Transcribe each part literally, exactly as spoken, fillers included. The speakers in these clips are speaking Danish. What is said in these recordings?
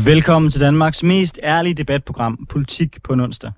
Velkommen til Danmarks mest ærlige debatprogram, Politik på en onsdag.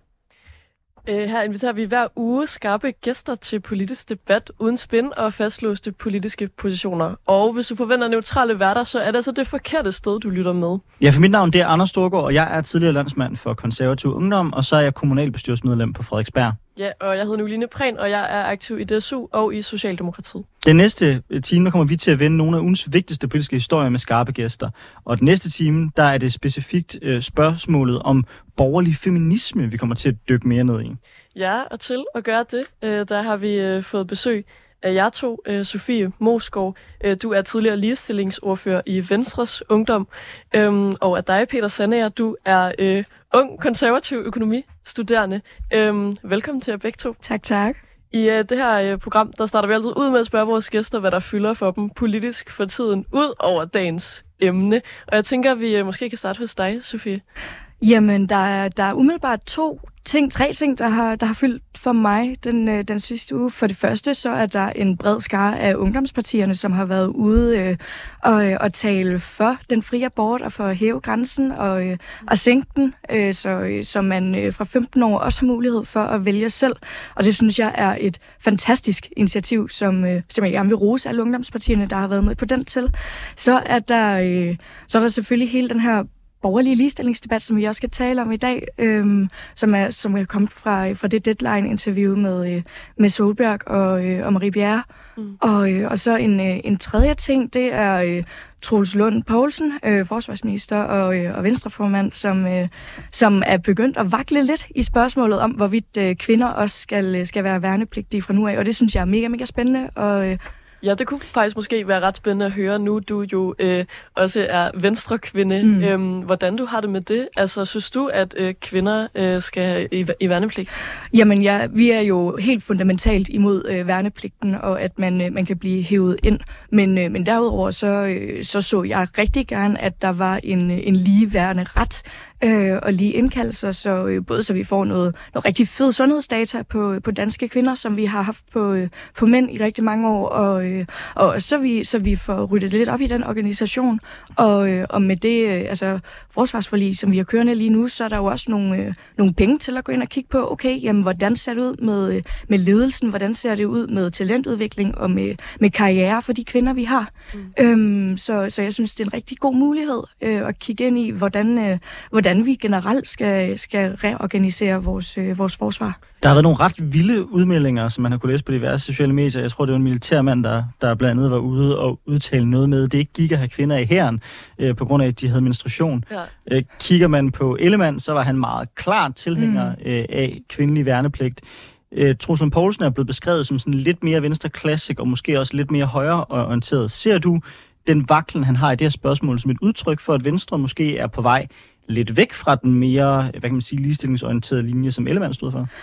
Her inviterer vi hver uge skarpe gæster til politisk debat uden spin og fastlåste politiske positioner. Og hvis du forventer neutrale værter, så er det altså det forkerte sted, du lytter med. Ja, for mit navn det er Anders Storgård, og jeg er tidligere landsmand for Konservativ Ungdom, og så er jeg kommunalbestyrelsesmedlem på Frederiksberg. Ja, og jeg hedder Nuline Prehn, og jeg er aktiv i D S U og i Socialdemokratiet. Den næste time kommer vi til at vende nogle af ugens vigtigste politiske historier med skarpe gæster. Og den næste time, der er det specifikt øh, spørgsmålet om borgerlig feminisme, vi kommer til at dykke mere ned i. Ja, og til at gøre det, øh, der har vi øh, fået besøg af jer to, øh, Sofie Moesgaard. Øh, du er tidligere ligestillingsordfører i Venstres Ungdom, øh, og af dig, Peter Sandager, du er øh, ung konservativ økonomistuderende. Øh, velkommen til jer begge to. Tak, tak. I uh, det her uh, program, der starter vi altid ud med at spørge vores gæster, hvad der fylder for dem politisk for tiden, ud over dagens emne. Og jeg tænker, at vi uh, måske kan starte hos dig, Sofie. Jamen, der er, der er umiddelbart to ting, tre ting, der har, der har fyldt for mig den, den sidste uge. For det første, så er der en bred skare af ungdomspartierne, som har været ude øh, og, og tale for den frie abort og for at hæve grænsen og, øh, og sænke den, øh, så, øh, så man øh, fra femten år også har mulighed for at vælge selv. Og det synes jeg er et fantastisk initiativ, som, øh, som jeg gerne vil rose alle ungdomspartierne, der har været med på den til. Så er der, øh, så er der selvfølgelig hele den her borgerlige ligestillingsdebat, som vi også skal tale om i dag, øhm, som, er, som er kommet fra, fra det Deadline-interview med, øh, med Solberg og, øh, og Marie Bjerre. Mm. Og, øh, og så en, øh, en tredje ting, det er øh, Troels Lund Poulsen, øh, forsvarsminister og, øh, og venstreformand, som, øh, som er begyndt at vakle lidt i spørgsmålet om, hvorvidt øh, kvinder også skal, skal være værnepligtige fra nu af. Og det synes jeg er mega, mega spændende. Og, øh, Ja, det kunne faktisk måske være ret spændende at høre nu, du jo øh, også er venstrekvinde. Mm. Øhm, hvordan du har det med det? Altså, synes du, at øh, kvinder øh, skal i, i værnepligt? Jamen, ja, vi er jo helt fundamentalt imod øh, værnepligten, og at man, øh, man kan blive hævet ind. Men, øh, men derudover så, øh, så så jeg rigtig gerne, at der var en, en ligeværende ret øh, og lige indkaldelser, så øh, både så vi får noget, noget rigtig fed sundhedsdata på, på danske kvinder, som vi har haft på, øh, på mænd i rigtig mange år, og, øh, og så, vi, så vi får ryddet lidt op i den organisation. Og, øh, og med det øh, altså, forsvarsforlig, som vi har kørende lige nu, så er der jo også nogle, øh, nogle penge til at gå ind og kigge på, okay, jamen, hvordan ser det ud med, øh, med ledelsen, hvordan ser det ud med talentudvikling og med, med karriere for de kvinder, vi har. Mm. Øhm, så, så jeg synes, det er en rigtig god mulighed øh, at kigge ind i, hvordan, øh, hvordan vi generelt skal, skal reorganisere vores, øh, vores forsvar. Der har været nogle ret vilde udmeldinger, som man har kunnet læse på diverse sociale medier. Jeg tror, det var en militærmand, der, der blandt andet var ude og udtale noget med, at det ikke gik at have kvinder i hæren, øh, på grund af, at de havde menstruation. Ja. Øh, kigger man på Ellemann, så var han meget klart tilhænger mm. øh, af kvindelig værnepligt. Øh, Troels Lund Poulsen er blevet beskrevet som sådan lidt mere venstre classic, og måske også lidt mere højreorienteret. Ser du den vaklen, han har i det her spørgsmål, som et udtryk for, at Venstre måske er på vej lidt væk fra den mere, hvad kan man sige, ligestillingsorienterede linje, som Ellemann stod for?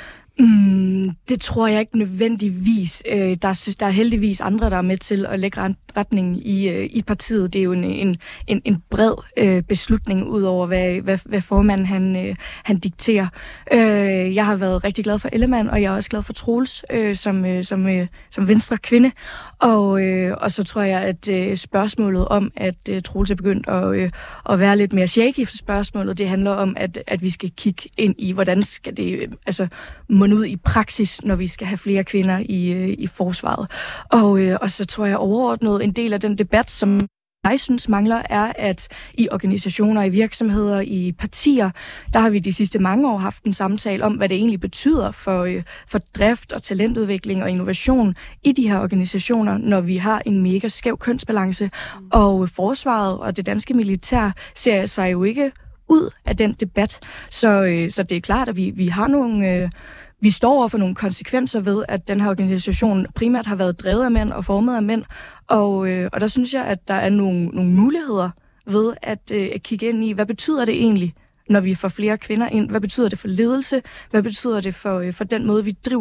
Mm, det tror jeg ikke nødvendigvis. Øh, der, der er heldigvis andre, der er med til at lægge retningen i, øh, i partiet. Det er jo en, en, en, en bred øh, beslutning, udover hvad, hvad, hvad formanden han, øh, han dikterer. Øh, jeg har været rigtig glad for Ellemann, og jeg er også glad for Troels øh, som, øh, som, øh, som venstre kvinde. Og, øh, og så tror jeg, at øh, spørgsmålet om, at øh, Troels er begyndt at, øh, at være lidt mere shaky for spørgsmålet, det handler om, at, at vi skal kigge ind i, hvordan skal det øh, altså munde ud i praksis, når vi skal have flere kvinder i, øh, i forsvaret. Og, øh, og så tror jeg overordnet en del af den debat, som jeg synes mangler, er, at i organisationer, i virksomheder, i partier, der har vi de sidste mange år haft en samtale om, hvad det egentlig betyder for, øh, for drift og talentudvikling og innovation i de her organisationer, når vi har en mega skæv kønsbalance. Mm. Og forsvaret og det danske militær ser sig jo ikke ud af den debat. Så, øh, så det er klart, at vi, vi har nogle... Øh, Vi står over for nogle konsekvenser ved, at den her organisation primært har været drevet af mænd og formet af mænd. Og, øh, og der synes jeg, at der er nogle, nogle muligheder ved at, øh, at kigge ind i, hvad betyder det egentlig, når vi får flere kvinder ind? Hvad betyder det for ledelse? Hvad betyder det for, øh, for den måde, vi driver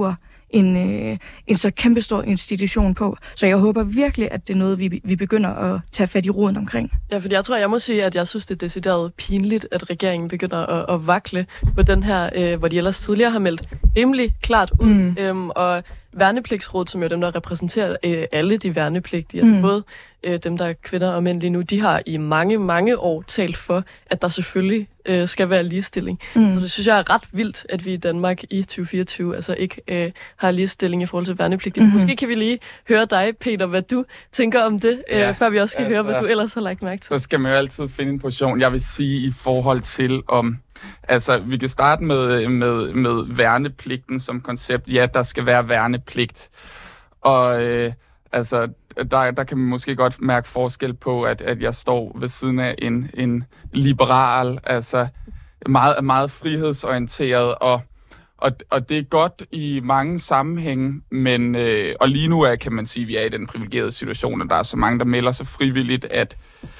en, øh, en så kæmpestor institution på. Så jeg håber virkelig, at det er noget, vi, vi begynder at tage fat i roden omkring. Ja, fordi jeg tror, jeg må sige, at jeg synes, det er decideret pinligt, at regeringen begynder at, at vakle på den her, øh, hvor de ellers tidligere har meldt rimelig klart ud. Mm. Øhm, og Værnepligtsrådet, som jo er dem, der repræsenterer øh, alle de værnepligtige, mm. både øh, dem, der er kvinder og mænd lige nu, de har i mange, mange år talt for, at der selvfølgelig øh, skal være ligestilling. Mm. Og det synes jeg er ret vildt, at vi i Danmark i tyve fireogtyve altså ikke øh, har ligestilling i forhold til værnepligtige. Mm-hmm. Måske kan vi lige høre dig, Peter, hvad du tænker om det, øh, ja, før vi også skal altså, høre, hvad du ellers har lagt mærke til. Så skal man jo altid finde en position. Jeg vil sige i forhold til om... Altså, vi kan starte med, med, med værnepligten som koncept. Ja, der skal være værnepligt. Og øh, altså, der, der kan man måske godt mærke forskel på, at, at jeg står ved siden af en, en liberal, altså meget, meget frihedsorienteret, og, og, og det er godt i mange sammenhænge, men øh, og lige nu er, kan man sige, at vi er i den privilegerede situation, at der er så mange, der melder sig frivilligt, at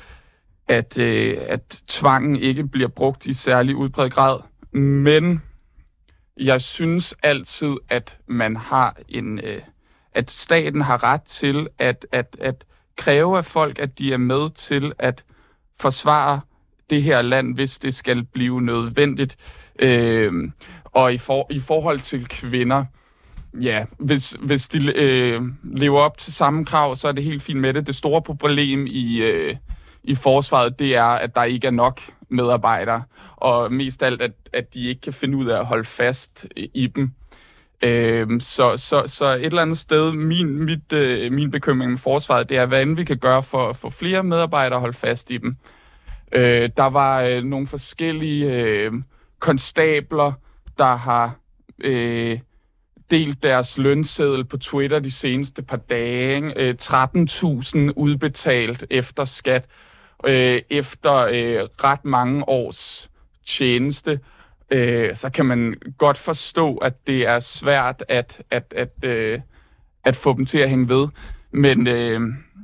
At, øh, at tvangen ikke bliver brugt i særlig udbredt grad. Men jeg synes altid, at man har en, øh, at staten har ret til at, at, at kræve af folk, at de er med til at forsvare det her land, hvis det skal blive nødvendigt. Øh, og i, for, i forhold til kvinder, ja, hvis, hvis de øh, lever op til samme krav, så er det helt fint med det. Det store problem i... Øh, i forsvaret, det er, at der ikke er nok medarbejdere, og mest alt, at, at de ikke kan finde ud af at holde fast i dem. Øhm, så, så, så et eller andet sted, min, mit, øh, min bekymring med forsvaret, det er, hvad end vi kan gøre for at få flere medarbejdere at holde fast i dem. Øh, der var øh, nogle forskellige øh, konstabler, der har øh, delt deres lønseddel på Twitter de seneste par dage. Øh, tretten tusind udbetalt efter skat. Øh, efter øh, ret mange års tjeneste, øh, så kan man godt forstå, at det er svært at, at, at, øh, at få dem til at hænge ved. Men øh,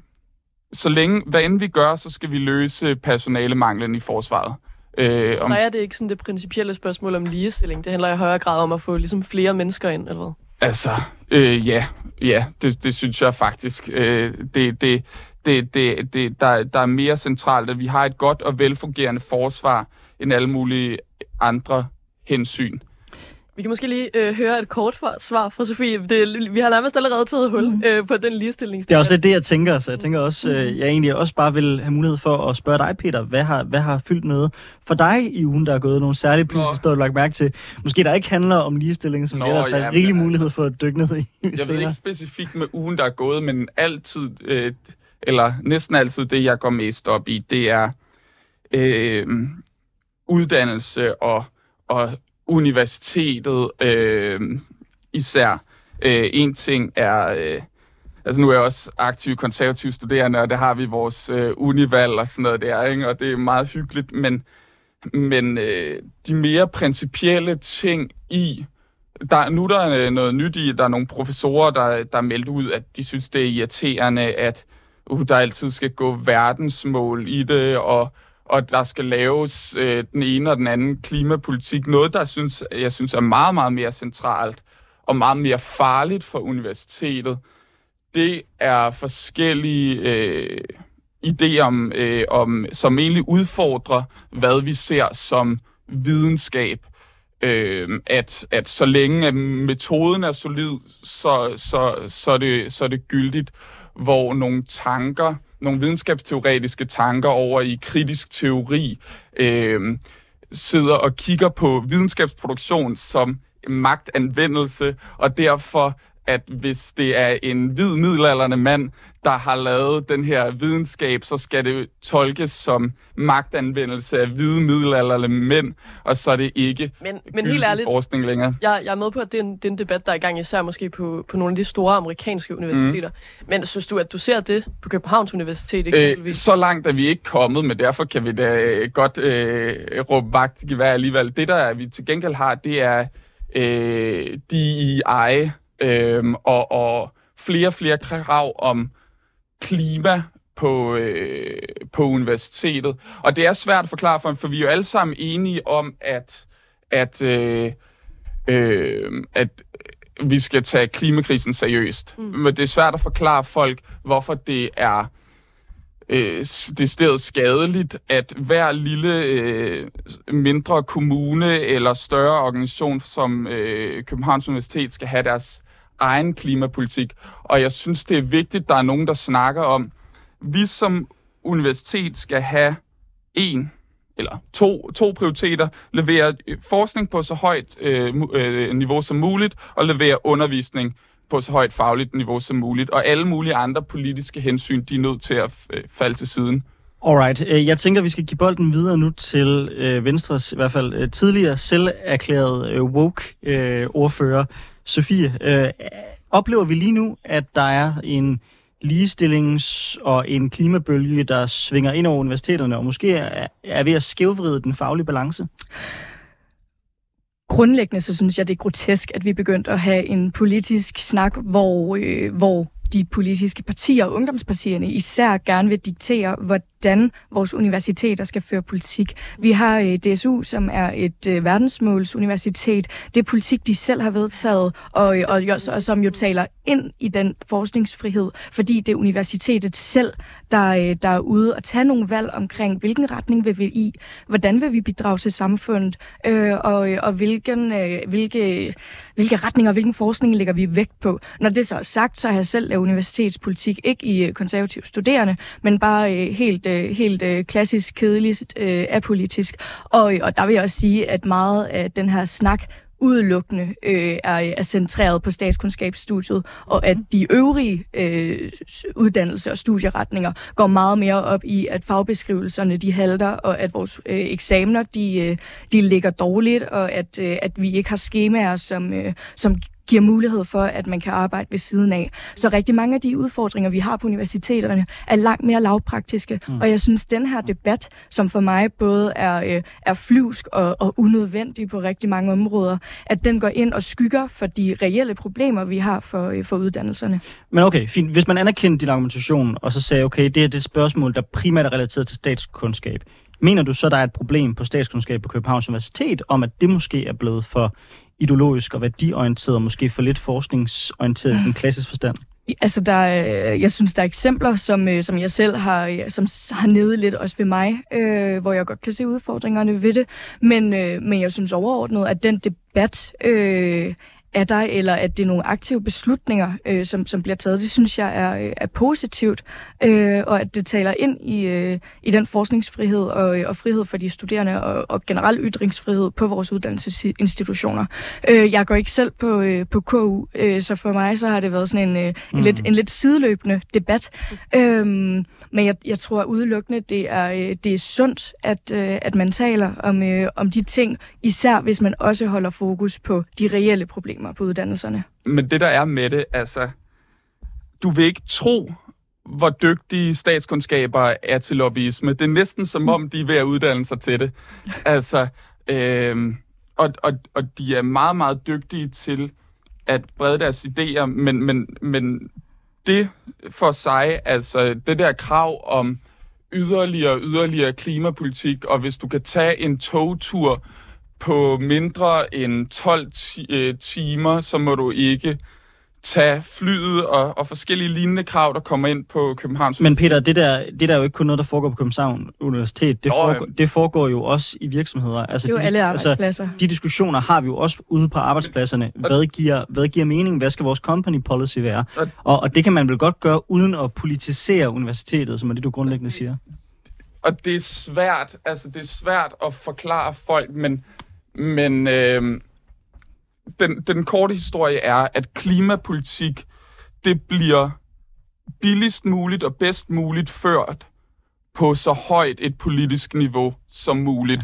så længe, hvad end vi gør, så skal vi løse personalemanglen i forsvaret. Øh, om... Nej, er det ikke sådan det principielle spørgsmål om ligestilling? Det handler i højere grad om at få ligesom flere mennesker ind, eller hvad? Altså, øh, ja, ja det, det synes jeg faktisk. Øh, det, det, det, det, det, der, der er mere centralt, at vi har et godt og velfungerende forsvar end alle mulige andre hensyn. Vi kan måske lige øh, høre et kort svar fra Sofie. Det, vi har nærmest allerede taget hul mm. øh, på den ligestilling. Det er også lidt det, jeg tænker. Så jeg tænker også, øh, jeg egentlig også bare vil have mulighed for at spørge dig, Peter. Hvad har, hvad har fyldt noget for dig i ugen, der er gået? Nogle særlige politiske steder, du har lagt mærke til? Måske der ikke handler om ligestilling, som Nå, vi ellers ja, har rigelig altså, mulighed for at dykke ned i. Jeg senere. ved ikke specifikt med ugen, der er gået, men altid, øh, eller næsten altid det, jeg går mest op i, det er øh, uddannelse og, og universitetet øh, især. Øh, en ting er, øh, altså nu er jeg også aktiv konservativ studerende, og der har vi vores øh, univalg og sådan noget der, ikke? Og det er meget hyggeligt, men, men øh, de mere principielle ting i, der, nu der er noget nyt i, der er nogle professorer, der, der er meldt ud, at de synes, det er irriterende, at uh, der altid skal gå verdensmål i det, og og der skal laves øh, den ene og den anden klimapolitik. Noget, der synes, jeg synes er meget, meget mere centralt og meget mere farligt for universitetet, det er forskellige øh, idéer, om, øh, om, som egentlig udfordrer, hvad vi ser som videnskab. Øh, at, at så længe metoden er solid, så, så, så, er det, så er det gyldigt, hvor nogle tanker, nogle videnskabsteoretiske tanker over i kritisk teori, øh, sidder og kigger på videnskabsproduktion som magtanvendelse, og derfor, at hvis det er en hvid middelaldrende mand, der har lavet den her videnskab, så skal det tolkes som magtanvendelse af hvide middelaldrende mænd, og så er det ikke men, men helt ærligt, forskning længere. Jeg, jeg er med på, at det er, en, det er en debat, der er i gang, især måske på, på nogle af de store amerikanske universiteter. Mm. Men synes du, at du ser det på Københavns Universitet eksempelvis? Øh, så langt er vi ikke kommet, men derfor kan vi da øh, godt øh, råbe vagt i gevær alligevel. Det, der er, vi til gengæld har, det er øh, D E I øh, og, og flere og flere krav om klima på, øh, på universitetet. Og det er svært at forklare for, for vi er jo alle sammen enige om, at, at, øh, øh, at vi skal tage klimakrisen seriøst. Mm. Men det er svært at forklare folk, hvorfor det er øh, decideret skadeligt, at hver lille øh, mindre kommune eller større organisation som øh, Københavns Universitet skal have deres egen klimapolitik. Og jeg synes, det er vigtigt, at der er nogen, der snakker om, vi som universitet skal have en eller to, to prioriteter, levere forskning på så højt øh, øh, niveau som muligt, og levere undervisning på så højt fagligt niveau som muligt. Og alle mulige andre politiske hensyn, de er nødt til at f- falde til siden. Alright. Jeg tænker, vi skal give bolden videre nu til øh, Venstres, i hvert fald øh, tidligere selverklærede øh, woke-ordfører, øh, Sofie. Øh, oplever vi lige nu, at der er en ligestillings- og en klimabølge, der svinger ind over universiteterne, og måske er, er ved at skævvride den faglige balance? Grundlæggende så synes jeg, det er grotesk, at vi er begyndt at have en politisk snak, hvor, øh, hvor de politiske partier og ungdomspartierne især gerne vil diktere, hvordan vores universiteter skal føre politik. Vi har øh, D S U, som er et øh, verdensmålsuniversitet. Det er politik, de selv har vedtaget, og, og, og, og som jo taler ind i den forskningsfrihed, fordi det er universitetet selv, der, øh, der er ude og tage nogle valg omkring, hvilken retning vil vi i, hvordan vil vi bidrage til samfundet, øh, og, og hvilken, øh, hvilke, hvilke retninger og hvilken forskning lægger vi vægt på. Når det så er sagt, så har jeg selv lavet universitetspolitik, ikke i konservative studerende, men bare øh, helt, øh, helt øh, klassisk, kedeligt, øh, apolitisk. Og, og der vil jeg også sige, at meget af den her snak udelukkende øh, er, er centreret på statskundskabsstudiet, og at de øvrige øh, uddannelser og studieretninger går meget mere op i, at fagbeskrivelserne de halter, og at vores øh, eksamener de, øh, de ligger dårligt, og at, øh, at vi ikke har skemaer, som, øh, som giver mulighed for, at man kan arbejde ved siden af. Så rigtig mange af de udfordringer, vi har på universiteterne, er langt mere lavpraktiske. Mm. Og jeg synes, den her debat, som for mig både er, øh, er flyvsk og, og unødvendig på rigtig mange områder, at den går ind og skygger for de reelle problemer, vi har for, øh, for uddannelserne. Men okay, fint. Hvis man anerkender din argumentation, og så sagde, okay, det er det spørgsmål, der primært er relateret til statskundskab, mener du så, der er et problem på statskundskab på Københavns Universitet, om at det måske er blevet for ideologisk og værdiorienteret, og måske for lidt forskningsorienteret i sådan en klassisk forstand? Altså, der er, jeg synes, der er eksempler, som, som jeg selv har, som har nede lidt også ved mig, øh, hvor jeg godt kan se udfordringerne ved det. Men, øh, men jeg synes overordnet, at den debat øh, er der, eller at det er nogle aktive beslutninger, øh, som, som bliver taget, det synes jeg er, er positivt, øh, og at det taler ind i, øh, i den forskningsfrihed og, og frihed for de studerende, og, og generelt ytringsfrihed på vores uddannelsesinstitutioner. Øh, jeg går ikke selv på, øh, på K U, øh, så for mig så har det været sådan en, øh, en, mm. lidt, en lidt sideløbende debat. Øh, men jeg, jeg tror udelukkende, det er, øh, det er sundt, at, øh, at man taler om, øh, om de ting, især hvis man også holder fokus på de reelle problemer på uddannelserne. Men det, der er med det, altså, du vil ikke tro, hvor dygtige statskundskaber er til lobbyisme. Det er næsten som om, de er ved at uddanne sig til det. Altså, øh, og, og, og de er meget, meget dygtige til at brede deres idéer, men, men, men det for sig, altså det der krav om yderligere yderligere klimapolitik, og hvis du kan tage en togtur på mindre end tolv timer, så må du ikke tage flyet og, og forskellige lignende krav, der kommer ind på Københavns Men Peter, det der, det der er jo ikke kun noget, der foregår på Københavns Universitet. Det, Nå, foregår, det foregår jo også i virksomheder. Altså, det er jo de, alle arbejdspladser. Altså, de diskussioner har vi jo også ude på arbejdspladserne. Hvad giver, hvad giver mening? Hvad skal vores company policy være? Og, og det kan man vel godt gøre, uden at politisere universitetet, som er det, du grundlæggende siger. Og det er svært, altså det er svært at forklare folk, men Men øh, den, den korte historie er, at klimapolitik, det bliver billigst muligt og bedst muligt ført på så højt et politisk niveau som muligt.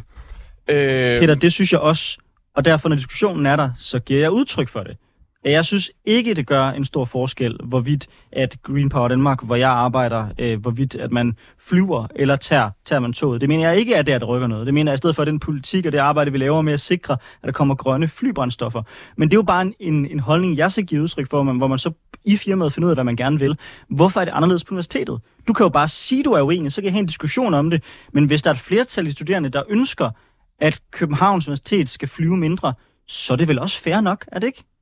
Øh, Peter, det synes jeg også, og derfor når diskussionen er der, så giver jeg udtryk for det. Jeg synes ikke, det gør en stor forskel, hvorvidt at Green Power Danmark, hvor jeg arbejder, øh, hvorvidt at man flyver eller tager, tager man toget. Det mener jeg ikke, at det er, at det rykker noget. Det mener jeg i stedet for den politik og det arbejde, vi laver med at sikre, at der kommer grønne flybrændstoffer. Men det er jo bare en, en, en holdning, jeg skal give udtryk for, hvor man så i firmaet finder ud af, hvad man gerne vil. Hvorfor er det anderledes på universitetet? Du kan jo bare sige, du er uenig, så kan jeg have en diskussion om det. Men hvis der er et flertal af studerende, der ønsker, at Københavns Universitet skal flyve mindre, så er det vel også fair nok, er det ikke?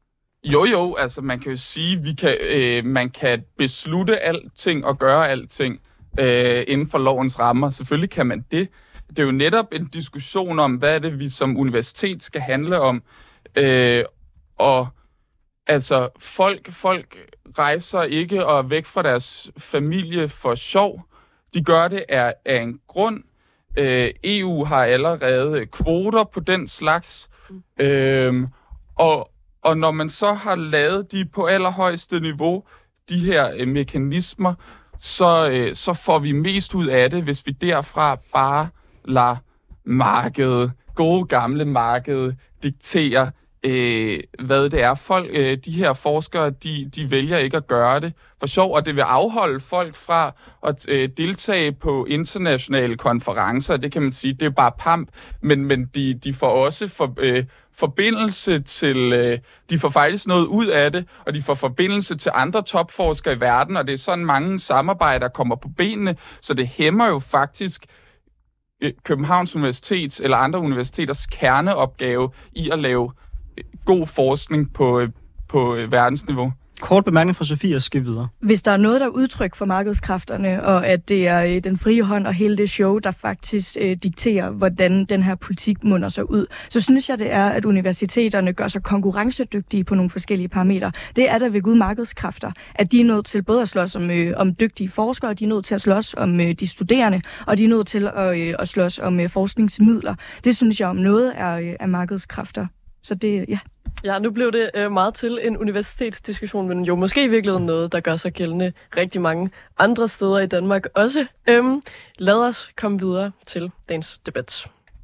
Jo, jo, altså man kan jo sige, vi kan, øh, man kan beslutte alting og gøre alting øh, inden for lovens rammer. Selvfølgelig kan man det. Det er jo netop en diskussion om, hvad er det, vi som universitet skal handle om. Øh, og altså, folk, folk rejser ikke og er væk fra deres familie for sjov. De gør det af, af en grund. Øh, E U har allerede kvoter på den slags. Øh, og Og når man så har lavet de på allerhøjeste niveau, de her øh, mekanismer, så, øh, så får vi mest ud af det, hvis vi derfra bare lader markedet, gode gamle marked, diktere, øh, hvad det er. Folk, øh, de her forskere, de, de vælger ikke at gøre det for sjov, og det vil afholde folk fra at øh, deltage på internationale konferencer. Det kan man sige, det er bare pamp, men, men de, de får også for, øh, forbindelse til, øh, de får faktisk noget ud af det, og de får forbindelse til andre topforskere i verden, og det er sådan mange samarbejder kommer på benene, så det hæmmer jo faktisk øh, Københavns Universitets eller andre universiteters kerneopgave i at lave øh, god forskning på, øh, på øh, verdensniveau. Kort bemærkning fra Sofie, og skal videre. Hvis der er noget, der er udtryk for markedskræfterne, og at det er øh, den frie hånd og hele det show, der faktisk øh, dikterer, hvordan den her politik munder sig ud, så synes jeg, det er, at universiteterne gør sig konkurrencedygtige på nogle forskellige parametre. Det er der ved Gud markedskræfter, at de er nødt til både at slås om, øh, om dygtige forskere, de er nødt til at slås om øh, de studerende, og de er nødt til at, øh, at slås om øh, forskningsmidler. Det synes jeg om noget er, øh, er markedskræfter. Så det, ja. Ja, nu blev det øh, meget til en universitetsdiskussion, men jo måske i virkeligheden noget, der gør sig gældende rigtig mange andre steder i Danmark også. Øhm, lad os komme videre til dagens debat.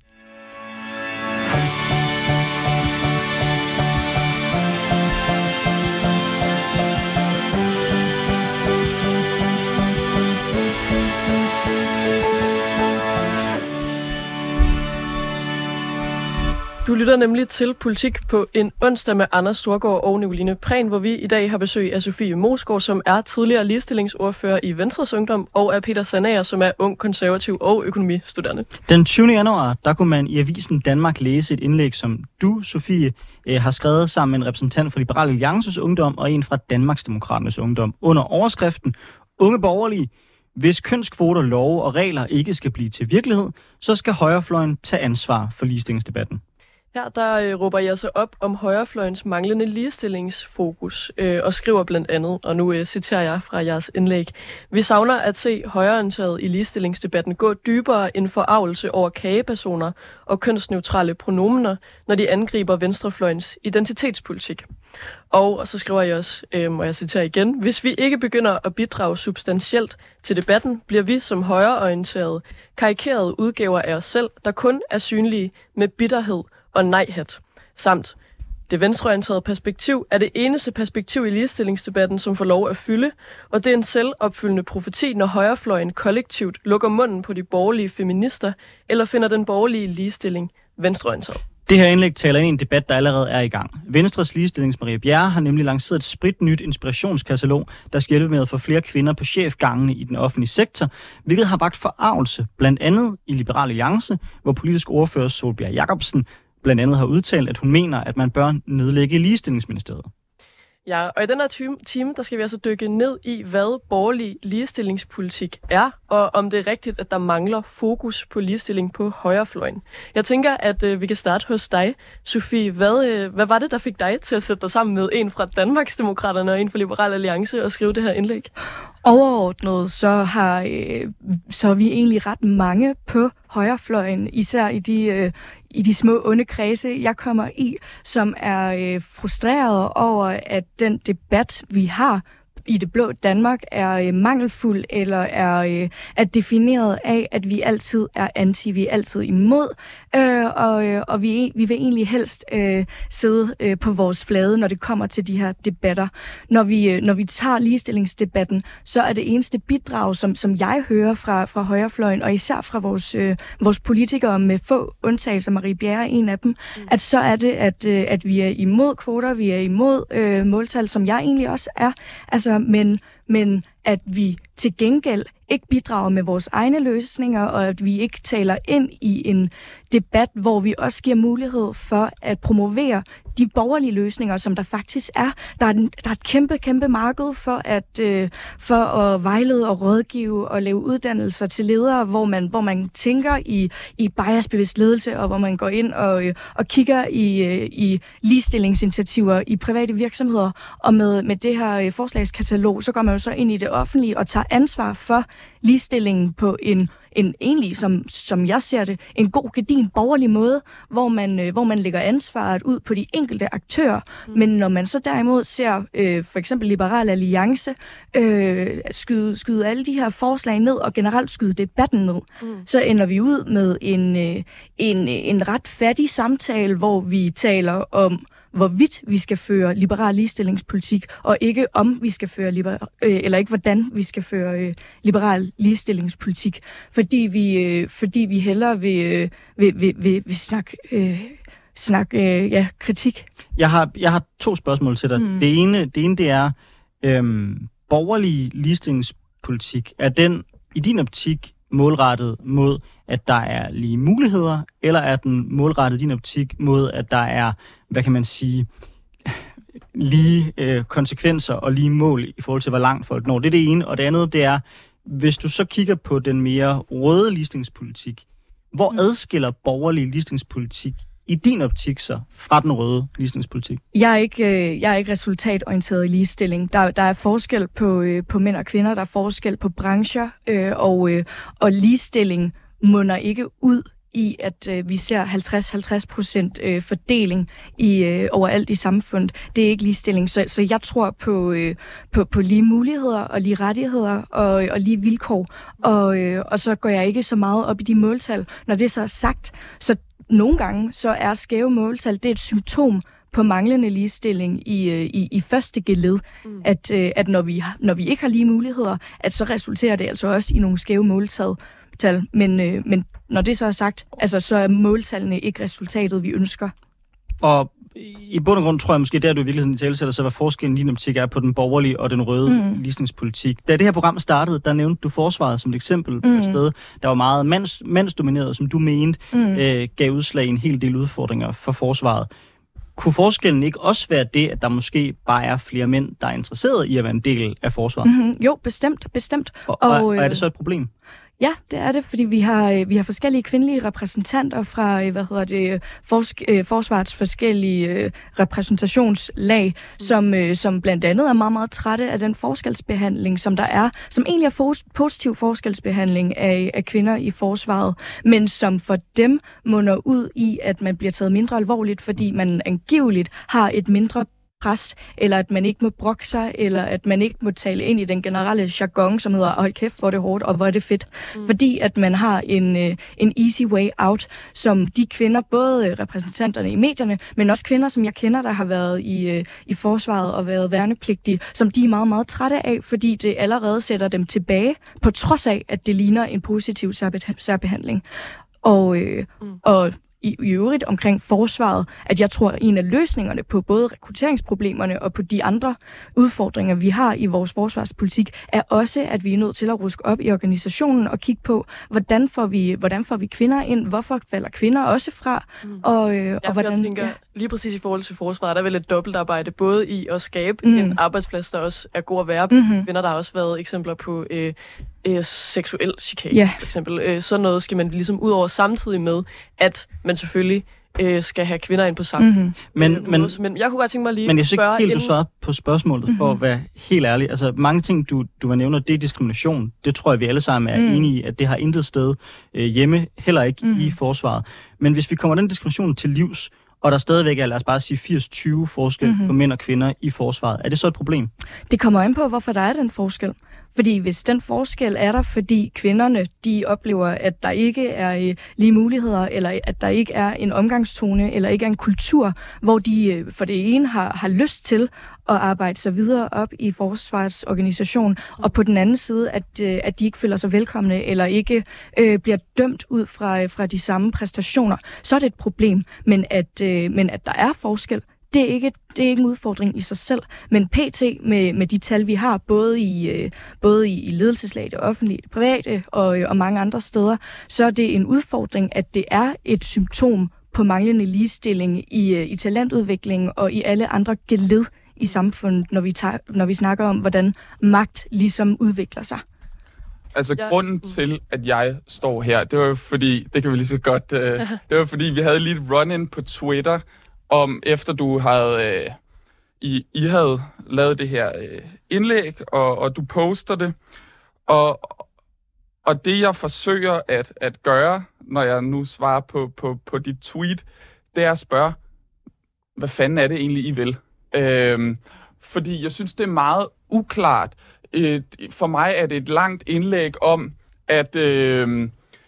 Du lytter nemlig til Politik på en onsdag med Anders Storgård og Nicoline Prehn, hvor vi i dag har besøg af Sofie Moesgaard, som er tidligere ligestillingsordfører i Venstres Ungdom, og af Peter Sandager, som er ung konservativ og økonomistuderende. Den tyvende januar, der kunne man i Avisen Danmark læse et indlæg, som du, Sofie, har skrevet sammen med en repræsentant fra Liberal Alliances Ungdom og en fra Danmarksdemokraternes Ungdom under overskriften Unge borgerlige. Hvis kønskvoter, love og regler ikke skal blive til virkelighed, så skal højrefløjen tage ansvar for ligestillingsdebatten. Her der øh, råber jeg så op om højrefløjens manglende ligestillingsfokus øh, og skriver blandt andet, og nu øh, citerer jeg fra jeres indlæg: Vi savner at se højreorienteret i ligestillingsdebatten gå dybere end forargelse over kagepersoner og kønsneutrale pronomener, når de angriber venstrefløjens identitetspolitik. Og, og så skriver jeg også, øh, og jeg citerer igen: Hvis vi ikke begynder at bidrage substantielt til debatten, bliver vi som højreorienterede karikerede udgaver af os selv, der kun er synlige med bitterhed og nej-hat, samt det venstreorienterede perspektiv er det eneste perspektiv i ligestillingsdebatten, som får lov at fylde, og det er en selvopfyldende profeti, når højrefløjen kollektivt lukker munden på de borgerlige feminister, eller finder den borgerlige ligestilling venstreorienteret. Det her indlæg taler ind i en debat, der allerede er i gang. Venstres ligestillings Marie Bjerre har nemlig lanceret et spritnyt inspirationskatalog, der skal hjælpe med at få flere kvinder på chefgangene i den offentlige sektor, hvilket har vakt forargelse, blandt andet i Liberal Alliance, hvor politisk ordfører Sólbjørg Jakobsen blandt andet har udtalt, at hun mener, at man bør nedlægge ligestillingsministeriet. Ja, og i den her time, der skal vi altså dykke ned i, hvad borgerlig ligestillingspolitik er, og om det er rigtigt, at der mangler fokus på ligestilling på højrefløjen. Jeg tænker, at øh, vi kan starte hos dig, Sofie. Hvad, øh, hvad var det, der fik dig til at sætte dig sammen med en fra Danmarksdemokraterne og en fra Liberal Alliance og skrive det her indlæg? Overordnet så har øh, så er vi egentlig ret mange på højrefløjen, især i de øh, i de små onde kredse, jeg kommer i, som er øh, frustreret over, at den debat, vi har i det blå Danmark, er øh, mangelfuld, eller er, øh, er defineret af, at vi altid er anti, vi er altid imod, øh, og, øh, og vi, vi vil egentlig helst øh, sidde øh, på vores flade, når det kommer til de her debatter. Når vi, øh, når vi tager ligestillingsdebatten, så er det eneste bidrag, som, som jeg hører fra, fra højrefløjen, og især fra vores, øh, vores politikere med få undtagelser, Marie Bjerre er en af dem, mm. at så er det, at, øh, at vi er imod kvoter, vi er imod øh, måltal, som jeg egentlig også er, altså, men, men at vi til gengæld ikke bidrager med vores egne løsninger, og at vi ikke taler ind i en debat, hvor vi også giver mulighed for at promovere de borgerlige løsninger, som der faktisk er. Der er, en, der er et kæmpe, kæmpe marked for at, øh, for at vejlede og rådgive og lave uddannelser til ledere, hvor man, hvor man tænker i, i biasbevidst ledelse, og hvor man går ind og, øh, og kigger i, øh, i ligestillingsinitiativer i private virksomheder. Og med, med det her øh, forslagskatalog, så går man jo så ind i det offentlige og tager ansvar for ligestillingen på en en egentlig, som, som jeg ser det, en god, gedin, borgerlig måde, hvor man, øh, hvor man lægger ansvaret ud på de enkelte aktører. Mm. Men når man så derimod ser øh, for eksempel Liberal Alliance øh, skyde, skyde alle de her forslag ned og generelt skyde debatten ned, mm. så ender vi ud med en, øh, en, en ret fattig samtale, hvor vi taler om hvorvidt vi skal føre liberal ligestillingspolitik, og ikke om vi skal føre liberal, øh, eller ikke hvordan vi skal føre øh, liberal ligestillingspolitik, fordi vi, øh, fordi vi hellere vil, øh, vil, vil, vil, vil snakke, øh, snakke øh, ja, kritik. Jeg har, jeg har to spørgsmål til dig. Mm. Det ene, det ene det er, øhm, borgerlig ligestillingspolitik, er den i din optik målrettet mod, at der er lige muligheder, eller er den målrettet i din optik mod, at der er, hvad kan man sige, lige øh, konsekvenser og lige mål i forhold til, hvor langt folk når? Det er det ene. Og det andet, det er, hvis du så kigger på den mere røde ligestillingspolitik, hvor mm. adskiller borgerlig ligestillingspolitik i din optik så fra den røde ligestillingspolitik? Jeg er ikke, øh, jeg er ikke resultatorienteret i ligestilling. Der, der er forskel på, øh, på mænd og kvinder, der er forskel på brancher, øh, og, øh, og ligestilling munder ikke ud i, at øh, vi ser halvtreds halvtreds procent øh, fordeling i, øh, overalt i samfundet. Det er ikke ligestilling. Så, så jeg tror på, øh, på, på lige muligheder og lige rettigheder og, og lige vilkår. Og, øh, og så går jeg ikke så meget op i de måltal. Når det så er sagt, så nogle gange så er skæve måltal, det er et symptom på manglende ligestilling i, i, i første geled, mm. at, at når, vi, når vi ikke har lige muligheder, at så resulterer det altså også i nogle skæve måltal. Men, men når det så er sagt, altså, så er måltallene ikke resultatet, vi ønsker. Og i bund og grund tror jeg måske, der du i virkeligheden i tale sætter, så hvad forskellen i din optik er på den borgerlige og den røde mm. ligestillingspolitik. Da det her program startede, der nævnte du forsvaret som et eksempel på mm. et sted, der var meget mands, mandsdomineret, som du mente, mm. øh, gav udslag i en hel del udfordringer for forsvaret. Kunne forskellen ikke også være det, at der måske bare er flere mænd, der er interesseret i at være en del af forsvaret? Mm-hmm. Jo, bestemt, bestemt. Og, og, og er det så et problem? Ja, det er det, fordi vi har vi har forskellige kvindelige repræsentanter fra hvad hedder det forsk- forsvarets forskellige repræsentationslag, mm. som som blandt andet er meget meget trætte af den forskelsbehandling, som der er, som egentlig er for- positiv forskelsbehandling af af kvinder i forsvaret, men som for dem munder ud i, at man bliver taget mindre alvorligt, fordi man angiveligt har et mindre pres, eller at man ikke må brokke sig, eller at man ikke må tale ind i den generelle jargon, som hedder, hold kæft, hvor er det hårdt, og hvor er det fedt. Mm. Fordi at man har en, en easy way out, som de kvinder, både repræsentanterne i medierne, men også kvinder, som jeg kender, der har været i, i forsvaret og været værnepligtige, som de er meget, meget trætte af, fordi det allerede sætter dem tilbage, på trods af, at det ligner en positiv særbehandling. Og, øh, mm. og I, i øvrigt omkring forsvaret, at jeg tror, at en af løsningerne på både rekrutteringsproblemerne og på de andre udfordringer, vi har i vores forsvarspolitik, er også, at vi er nødt til at ruske op i organisationen og kigge på, hvordan får vi, hvordan får vi kvinder ind, hvorfor falder kvinder også fra, mm. og, øh, ja, og hvordan... Jeg tænker, ja. lige præcis i forhold til forsvaret, der er vel et dobbeltarbejde, både i at skabe mm. en arbejdsplads, der også er god at være på. Mm-hmm. Kvinder, der har også været eksempler på øh, øh, seksuel chikane, yeah. for eksempel. Øh, sådan noget skal man ligesom ud over samtidig med, at man selvfølgelig øh, skal have kvinder ind på samme mm-hmm. men, øh, men, måde. Men jeg kunne godt tænke mig lige Men jeg synes ikke helt, inden... du svarer på spørgsmålet, mm-hmm. for at være helt ærlig. Altså, mange ting, du, du var nævner, det er diskrimination. Det tror jeg, vi alle sammen er mm. enige i, at det har intet sted øh, hjemme, heller ikke mm-hmm. i forsvaret. Men hvis vi kommer den diskrimination til livs, og der stadigvæk er, lad os bare sige, firs tyve forskel mm-hmm. på mænd og kvinder i forsvaret, er det så et problem? Det kommer an på, hvorfor der er den forskel. Fordi hvis den forskel er der, fordi kvinderne, de oplever, at der ikke er øh, lige muligheder, eller at der ikke er en omgangstone, eller ikke er en kultur, hvor de øh, for det ene har, har lyst til at arbejde sig videre op i forsvarets organisation, og på den anden side, at, øh, at de ikke føler sig velkomne, eller ikke øh, bliver dømt ud fra, fra de samme præstationer, så er det et problem. Men at, øh, men at der er forskel, det er ikke, det er ikke en udfordring i sig selv. Men P T, med, med de tal, vi har, både i, øh, både i, i ledelseslag, det offentlige, det private og, øh, og mange andre steder, så er det en udfordring, at det er et symptom på manglende ligestilling i, øh, i talentudviklingen og i alle andre geled i samfundet, når vi, tager, når vi snakker om, hvordan magt ligesom udvikler sig. Altså, ja. grunden til, at jeg står her, det var jo fordi, det kan vi lige så godt, øh, det var fordi, vi havde lige et run-in på Twitter, om efter du havde, øh, I, I havde lavet det her øh, indlæg, og, og du poster det, og, og det, jeg forsøger at, at gøre, når jeg nu svarer på, på, på dit tweet, det er at spørge, hvad fanden er det egentlig, I vil? Øh, fordi jeg synes, det er meget uklart. For mig er det et langt indlæg om, at øh,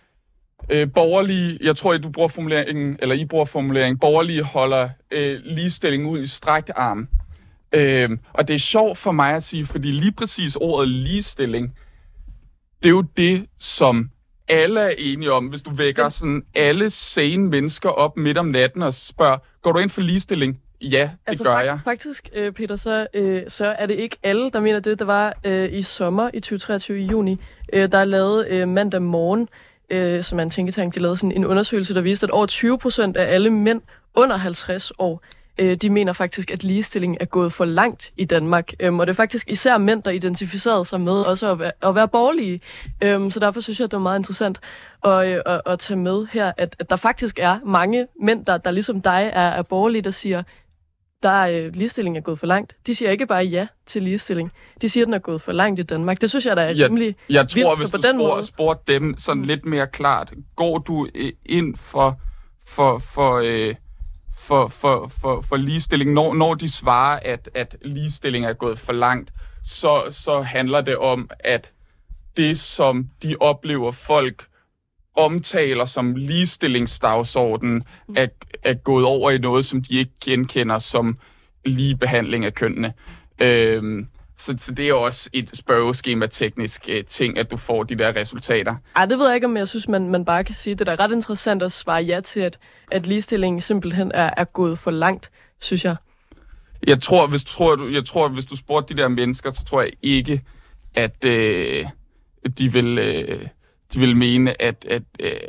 øh, borgerlige, jeg tror, at du bruger formuleringen, eller I bruger formuleringen, borgerlige holder øh, ligestilling ud i strakt arm. Øh, og det er sjovt for mig at sige, fordi lige præcis ordet ligestilling, det er jo det, som alle er enige om. Hvis du vækker sådan alle sane mennesker op midt om natten og spørger, går du ind for ligestilling? Ja, det altså, gør fakt- jeg. Faktisk, øh, Peter, så, øh, så er det ikke alle, der mener det. Der var øh, i sommer i tyve treogtyve i juni, øh, der lavede øh, Mandag Morgen, øh, som er en tænketank, de lavede sådan en undersøgelse, der viste, at over tyve procent af alle mænd under halvtreds år, øh, de mener faktisk, at ligestilling er gået for langt i Danmark. Øhm, og det er faktisk især mænd, der identificerede sig med også at være, at være borgerlige. Øhm, så derfor synes jeg, at det var meget interessant at, øh, at, at tage med her, at, at der faktisk er mange mænd, der, der ligesom dig er, er borgerlige, der siger, der er, øh, ligestilling er gået for langt. De siger ikke bare ja til ligestilling. De siger, at den er gået for langt i Danmark. Det synes jeg, der er jeg, rimelig Jeg tror, vildt, hvis på du den spurgte, måde. spurgte dem sådan lidt mere klart, går du øh, ind for, for, for, øh, for, for, for, for ligestilling, når, når de svarer, at, at ligestilling er gået for langt, så, så handler det om, at det, som de oplever folk omtaler som ligestillingsdagsordenen, er, er gået over i noget, som de ikke genkender som ligebehandling af kønnene. Øhm, så, så det er også et spørgeskema-teknisk øh, ting, at du får de der resultater. Ej, det ved jeg ikke, om jeg synes, man, man bare kan sige. Det er da ret interessant at svare ja til, at, at ligestillingen simpelthen er, er gået for langt, synes jeg. Jeg tror, hvis, tror, du, jeg tror, hvis du spurgte de der mennesker, så tror jeg ikke, at øh, de vil... Øh, De vil mene, at, at,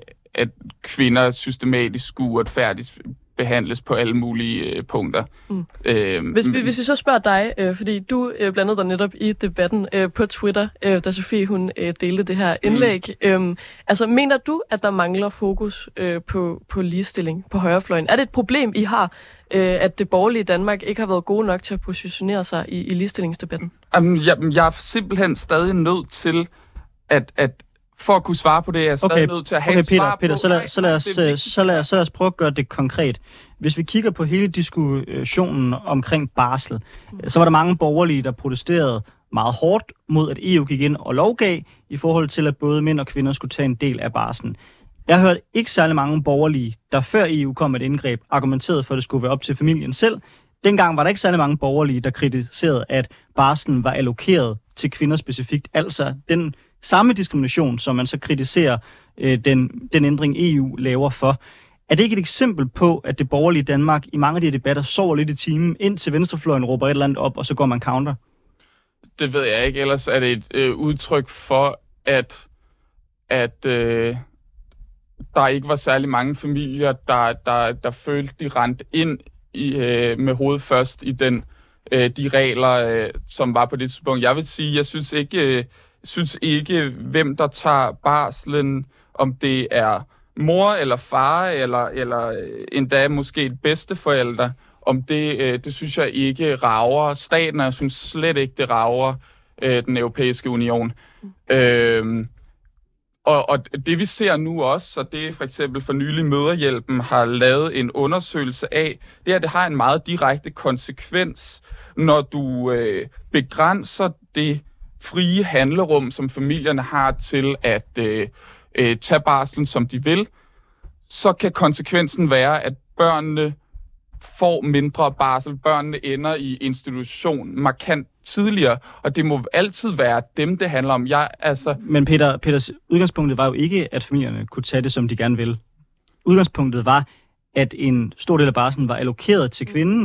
at kvinder systematisk skulle uretfærdigt behandles på alle mulige øh, punkter. Mm. Øh, hvis, vi, hvis vi så spørger dig, øh, fordi du øh, blandede dig netop i debatten øh, på Twitter, øh, da Sofie hun øh, delte det her indlæg. Mm. Øh, altså, mener du, at der mangler fokus øh, på, på ligestilling på højrefløjen? Er det et problem, I har, øh, at det borgerlige Danmark ikke har været gode nok til at positionere sig i, i ligestillingsdebatten? Jamen, jeg, jeg er simpelthen stadig nødt til at... at for at kunne svare på det, er jeg stadig okay. nød til at have okay, et Peter, svar Peter, på. så lad, så, lad os, Nej, så, lad, så, lad, så lad os prøve at gøre det konkret. Hvis vi kigger på hele diskussionen omkring barsel, mm. så var der mange borgerlige, der protesterede meget hårdt mod, at E U gik ind og lovgav i forhold til, at både mænd og kvinder skulle tage en del af barslen. Jeg har hørt ikke særlig mange borgerlige, der før E U kom med et indgreb, argumenterede for, at det skulle være op til familien selv. Dengang var der ikke særlig mange borgerlige, der kritiserede, at barslen var allokeret til kvinder specifikt. Altså den samme diskrimination, som man så kritiserer øh, den, den ændring E U laver for. Er det ikke et eksempel på, at det borgerlige Danmark i mange af de debatter sover lidt i timen, indtil venstrefløjen råber et eller andet op, og så går man counter? Det ved jeg ikke. Ellers er det et øh, udtryk for, at, at øh, der ikke var særlig mange familier, der, der, der følte, de rendte ind i, øh, med hovedet først i den, øh, de regler, øh, som var på det tidspunkt. Jeg vil sige, jeg synes ikke... Øh, synes ikke, hvem der tager barslen, om det er mor eller far, eller, eller endda måske et bedsteforælder, om det, øh, det synes jeg ikke rager staten, og jeg synes slet ikke, det rager øh, den europæiske union. Mm. Øhm, og, og det vi ser nu også, så det for eksempel for nylig Mødrehjælpen har lavet en undersøgelse af, det er, at det har en meget direkte konsekvens, når du øh, begrænser det frie handlerum, som familierne har til at øh, øh, tage barslen, som de vil, så kan konsekvensen være, at børnene får mindre barsel. Børnene ender i institution markant tidligere, og det må altid være dem, det handler om. Jeg, altså... Men Peter, Peters udgangspunktet var jo ikke, at familierne kunne tage det, som de gerne vil. Udgangspunktet var, at en stor del af barslen var allokeret til kvinden,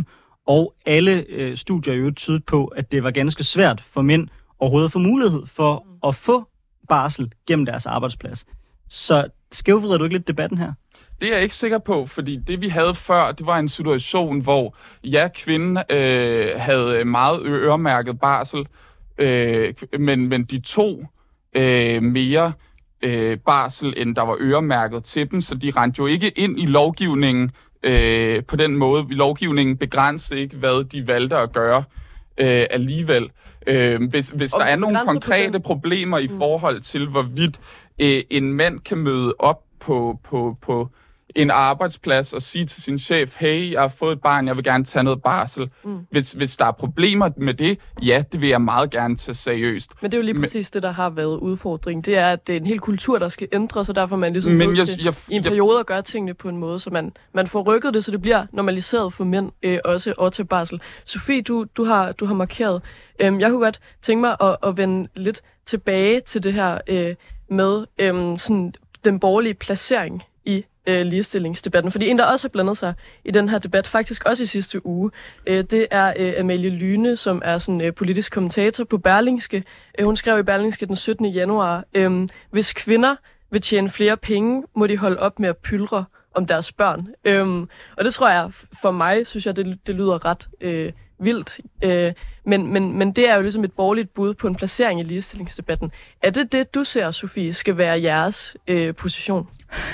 Og alle øh, studier jo tydede på, at det var ganske svært for mænd overhovedet at få mulighed for at få barsel gennem deres arbejdsplads. Så skævvrider du ikke lidt debatten her? Det er jeg ikke sikker på, fordi det vi havde før, det var en situation, hvor ja, kvinden øh, havde meget øremærket barsel, øh, men, men de tog øh, mere øh, barsel, end der var øremærket til dem, så de rendte jo ikke ind i lovgivningen øh, på den måde. Lovgivningen begrænsede ikke, hvad de valgte at gøre øh, alligevel. Øh, hvis hvis der er nogle konkrete problemer i forhold til, hvorvidt øh, en mand kan møde op på, på, på en arbejdsplads og sige til sin chef, hey, jeg har fået et barn, jeg vil gerne tage noget barsel. Mm. Hvis, hvis der er problemer med det, ja, det vil jeg meget gerne tage seriøst. Men det er jo lige præcis Men, det, der har været udfordring. Det er, at det er en hel kultur, der skal ændres, og derfor er man ligesom nødt til jeg, i en periode at gøre tingene på en måde, så man, man får rykket det, så det bliver normaliseret for mænd øh, også at tage barsel. Sofie, du, du, har, du har markeret. Øhm, jeg kunne godt tænke mig at, at vende lidt tilbage til det her øh, med øh, sådan, den borgerlige placering i øh, ligestillingsdebatten. Fordi en, der også har blandet sig i den her debat, faktisk også i sidste uge, øh, det er øh, Amalie Lyne, som er sådan øh, politisk kommentator på Berlingske. Øh, hun skrev i Berlingske den syttende januar, øh, hvis kvinder vil tjene flere penge, må de holde op med at pyldre om deres børn. Øh, og det tror jeg, for mig, synes jeg, det, det lyder ret øh, vildt. Øh, men, men, men det er jo ligesom et borgerligt bud på en placering i ligestillingsdebatten. Er det det, du ser, Sofie, skal være jeres øh, position?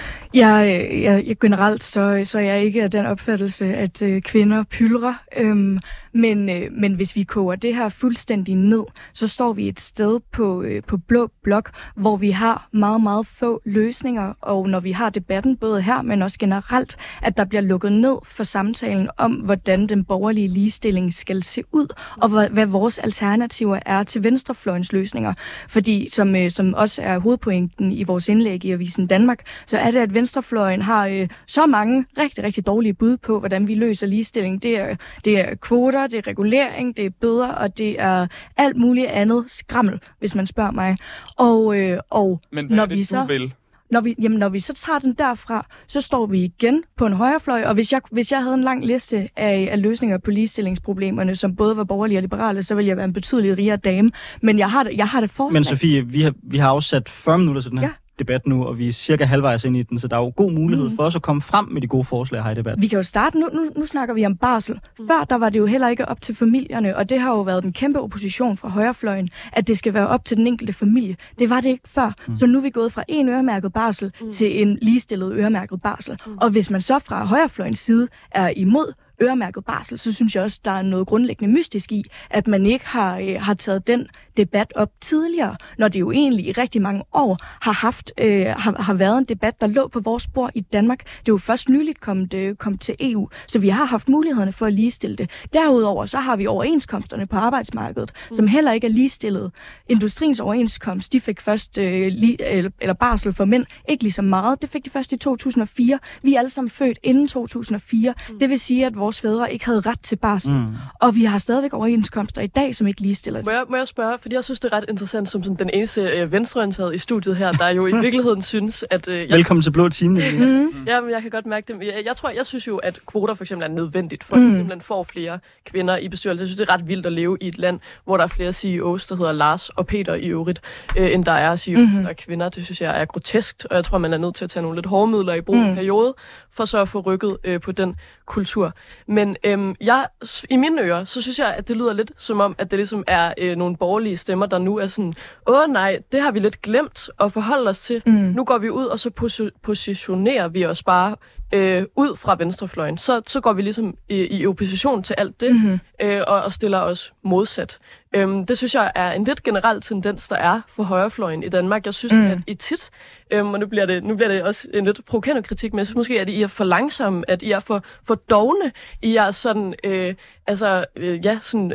Jeg, jeg, jeg generelt så, så er jeg ikke af den opfattelse, at øh, kvinder pyldrer. Øhm, men, øh, men hvis vi koger det her fuldstændig ned, så står vi et sted på, øh, på blå blok, hvor vi har meget, meget få løsninger. Og når vi har debatten både her, men også generelt, at der bliver lukket ned for samtalen om, hvordan den borgerlige ligestilling skal se ud, og hvad, hvad vores alternativer er til venstrefløjens løsninger. Fordi, som, øh, som også er hovedpointen i vores indlæg i Avisen Danmark, så er det, at venstrefløjen har øh, så mange rigtig, rigtig dårlige bud på, hvordan vi løser ligestilling. Det er, det er kvoter, det er regulering, det er bøder, og det er alt muligt andet skrammel, hvis man spørger mig. Og, øh, og Men hvad når er det, vi du så, vil? Når vi, jamen, når vi så tager den derfra, så står vi igen på en højrefløj, og hvis jeg, hvis jeg havde en lang liste af, af løsninger på ligestillingsproblemerne, som både var borgerlige og liberale, så ville jeg være en betydelig rigere dame. Men jeg har det, jeg har det forslag. Men Sofie, vi har, vi har afsat fyrre minutter til den her. Ja. Debat nu, og vi er cirka halvvejs ind i den, så der er jo god mulighed mm. for os at komme frem med de gode forslag her i debatten. Vi kan jo starte, nu, nu, nu snakker vi om barsel. Før der var det jo heller ikke op til familierne, og det har jo været den kæmpe opposition fra højrefløjen, at det skal være op til den enkelte familie. Det var det ikke før. Mm. Så nu er vi gået fra en øremærket barsel mm. til en ligestillet øremærket barsel. Mm. Og hvis man så fra højrefløjens side er imod øremærket barsel, så synes jeg også, der er noget grundlæggende mystisk i, at man ikke har, øh, har taget den debat op tidligere, når det jo egentlig i rigtig mange år har haft øh, har, har været en debat, der lå på vores bord i Danmark. Det er jo først nyligt kommet, øh, kommet til E U, så vi har haft mulighederne for at ligestille det. Derudover så har vi overenskomsterne på arbejdsmarkedet, mm. som heller ikke er ligestillet. Industriens overenskomst, de fik først øh, li, eller, eller barsel for mænd, ikke lige så meget. Det fik de først i to tusind og fire. Vi er alle sammen født inden to tusind og fire. Mm. Det vil sige, at vores fædre ikke havde ret til barsel. Mm. Og vi har stadigvæk overenskomster i dag, som ikke ligestiller det. Må jeg, må jeg spørge, fordi jeg synes, det er ret interessant, som sådan den eneste øh, venstreorienterede i studiet her, der jo i virkeligheden synes, at... Øh, jeg... Velkommen til Blå Time. mm. Ja, men jeg kan godt mærke det. Jeg, jeg tror, jeg synes jo, at kvoter for eksempel er nødvendigt, for at mm. simpelthen får flere kvinder i bestyrelsen. Jeg synes, det er ret vildt at leve i et land, hvor der er flere C E O's, der hedder Lars og Peter i øvrigt, øh, end der er C E O's, mm-hmm. der er kvinder. Det synes jeg er groteskt, og jeg tror, man er nødt til at tage nogle lidt hårde midler i brug i mm. en periode, for så at få rykket øh, på den kultur. Men øhm, jeg, i mine ører, så synes jeg, at det lyder lidt som om, at det ligesom er øh, nogle borgerlige stemmer, der nu er sådan, åh nej, det har vi lidt glemt at forholde os til. Mm. Nu går vi ud, og så pos- positionerer vi os bare øh, ud fra venstrefløjen. Så, så går vi ligesom i, i opposition til alt det, mm-hmm. øh, og, og stiller os modsat. Øhm, det synes jeg er en lidt generel tendens, der er for højrefløjen i Danmark. Jeg synes, mm. at I tit, øhm, og nu bliver, det, nu bliver det også en lidt provokerende kritik, men jeg synes måske, at I er for langsomme, at I er for, for dogne, I er sådan, øh, altså, øh, ja, sådan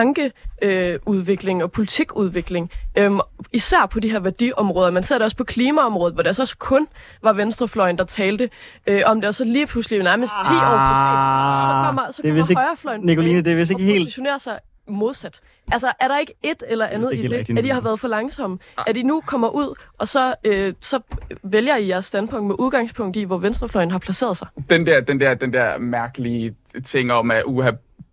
tankeudvikling øh, og politikudvikling. Øhm, især på de her værdiområder. Man ser det også på klimaområdet, hvor det altså også kun var venstrefløjen, der talte øh, om det, og så lige pludselig nærmest ti år for sent, så kommer, så kommer højrefløjen Nicoline, det er vist ikke helt... positionerer sig modsat. Altså, er der ikke et eller andet i det, rigtigt, at I har været for langsomme? At I nu kommer ud, og så, øh, så vælger I jeres standpunkt med udgangspunkt i, hvor venstrefløjen har placeret sig? Den der, den der, den der mærkelige ting om, at uha,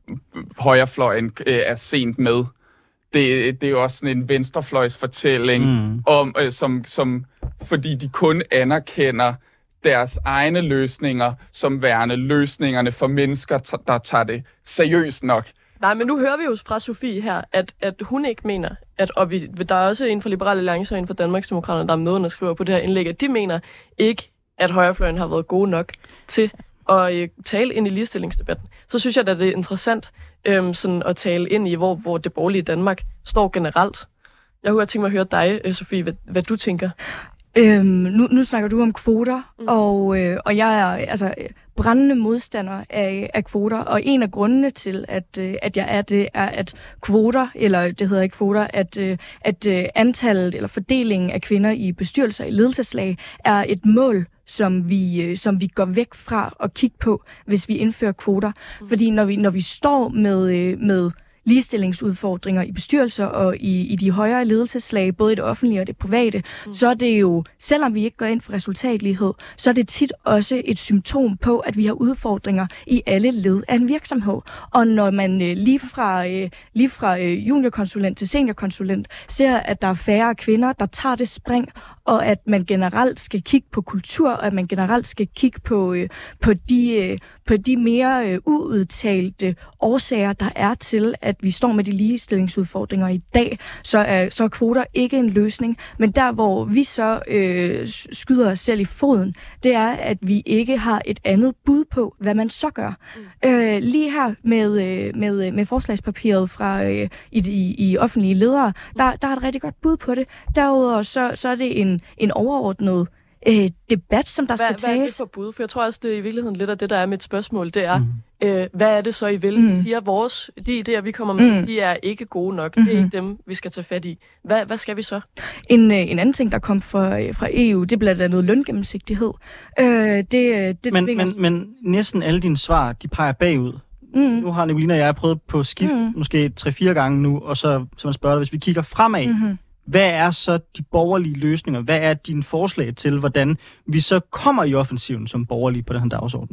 højrefløjen øh, er sent med. Det, det er jo også sådan en venstrefløjsfortælling, mm. om, øh, som, som, fordi de kun anerkender deres egne løsninger som værende løsningerne for mennesker, t- der tager det seriøst nok. Nej, men nu hører vi jo fra Sofie her, at, at hun ikke mener, at, og vi, der er også en fra Liberale Alliance og en fra Danmarksdemokraterne, der er med, der skriver på det her indlæg, at de mener ikke, at højrefløjen har været gode nok til at øh, tale ind i ligestillingsdebatten. Så synes jeg, at det er interessant øh, sådan at tale ind i, hvor, hvor det borgerlige Danmark står generelt. Jeg kunne godt tænke mig at høre dig, øh, Sofie, hvad, hvad du tænker. Øhm, nu, nu snakker du om kvoter, mm. og, øh, og jeg er altså brændende modstander af, af kvoter, og en af grundene til, at, øh, at jeg er det, er, at kvoter, eller det hedder ikke kvoter, at, øh, at øh, antallet eller fordelingen af kvinder i bestyrelser i ledelseslag er et mål, som vi, øh, som vi går væk fra at kigge på, hvis vi indfører kvoter. Mm. Fordi når vi, når vi står med, øh, med ligestillingsudfordringer i bestyrelser og i, i de højere ledelseslag, både i det offentlige og det private, mm. så er det jo, selvom vi ikke går ind for resultatlighed, så er det tit også et symptom på, at vi har udfordringer i alle led af en virksomhed. Og når man øh, lige fra, øh, lige fra øh, juniorkonsulent til seniorkonsulent ser, at der er færre kvinder, der tager det spring, og at man generelt skal kigge på kultur, og at man generelt skal kigge på, øh, på, de, øh, på de mere øh, uudtalte årsager, der er til, at vi står med de ligestillingsudfordringer i dag, så er, så er kvoter ikke en løsning. Men der, hvor vi så øh, skyder os selv i foden, det er, at vi ikke har et andet bud på, hvad man så gør. Mm. Øh, lige her med, øh, med, med forslagspapiret fra øh, i, i, i offentlige ledere, der, der er et rigtig godt bud på det. Derudover så, så er det en, en overordnet øh, debat, som der hvad, skal tages. Hvad er det for bud? For jeg tror også, det er i virkeligheden lidt af det, der er mit spørgsmål. Det er, mm. øh, hvad er det så, I vil? Mm. I siger, vores, de idéer, vi kommer med, mm. de er ikke gode nok. Mm-hmm. Det er ikke dem, vi skal tage fat i. Hvad, hvad skal vi så? En, øh, en anden ting, der kom fra, fra E U, det er blandt andet løngennemsigtighed. Øh, det, det men, men, men næsten alle dine svar, de peger bagud. Mm. Nu har Nicolina og jeg prøvet på skift mm. måske tre-fire gange nu, og så, så man spørger dig, hvis vi kigger fremad, mm-hmm. hvad er så de borgerlige løsninger? Hvad er dine forslag til, hvordan vi så kommer i offensiven som borgerlige på den her dagsorden?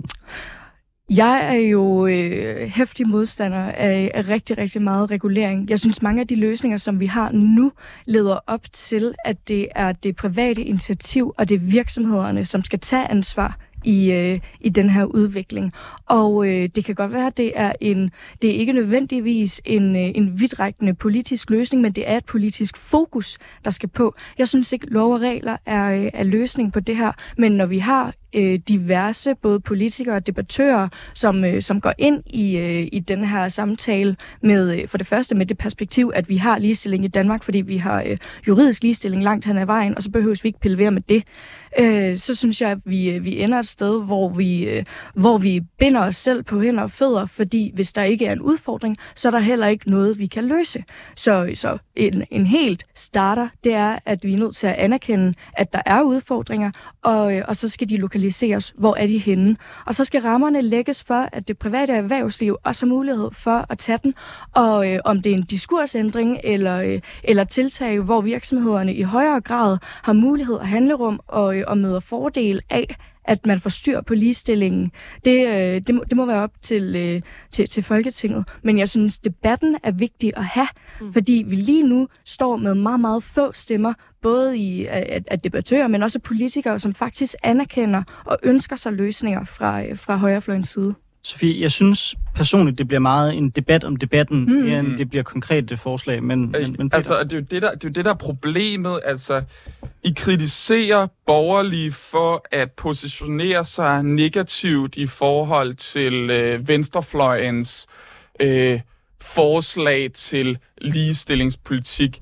Jeg er jo øh, heftig modstander af, af rigtig, rigtig meget regulering. Jeg synes, mange af de løsninger, som vi har nu, leder op til, at det er det private initiativ, og det er virksomhederne, som skal tage ansvar i, øh, i den her udvikling. Og øh, det kan godt være, at det er en, det er ikke nødvendigvis en, øh, en vidtrækkende politisk løsning, men det er et politisk fokus, der skal på. Jeg synes ikke, lov og regler er, øh, er løsning på det her, men når vi har øh, diverse, både politikere og debattører, som, øh, som går ind i, øh, i den her samtale med, øh, for det første med det perspektiv, at vi har ligestilling i Danmark, fordi vi har øh, juridisk ligestilling langt hen ad vejen, og så behøver vi ikke pille ved med det. Øh, så synes jeg, at vi, vi ender et sted, hvor vi, øh, hvor vi binder os selv på hænder og fødder, fordi hvis der ikke er en udfordring, så er der heller ikke noget, vi kan løse. Så, så en, en helt starter, det er, at vi er nødt til at anerkende, at der er udfordringer, og, og så skal de lokaliseres. Hvor er de henne? Og så skal rammerne lægges for, at det private erhvervsliv også har mulighed for at tage den, og øh, om det er en diskursændring eller, øh, eller tiltag, hvor virksomhederne i højere grad har mulighed og handlerum og, og møder fordel af, at man får styr på ligestillingen. Det, øh, det, må, det må være op til, øh, til, til Folketinget. Men jeg synes, debatten er vigtig at have, mm. fordi vi lige nu står med meget, meget få stemmer, både i at, at debattører, men også politikere, som faktisk anerkender og ønsker sig løsninger fra, fra højrefløjens side. Sofie, jeg synes personligt, det bliver meget en debat om debatten, mm. mere end det bliver konkrete forslag. Men, men, men altså, det er, jo det, der, det er jo det, der er problemet. Altså, I kritiserer borgerlige for at positionere sig negativt i forhold til øh, venstrefløjens øh, forslag til ligestillingspolitik.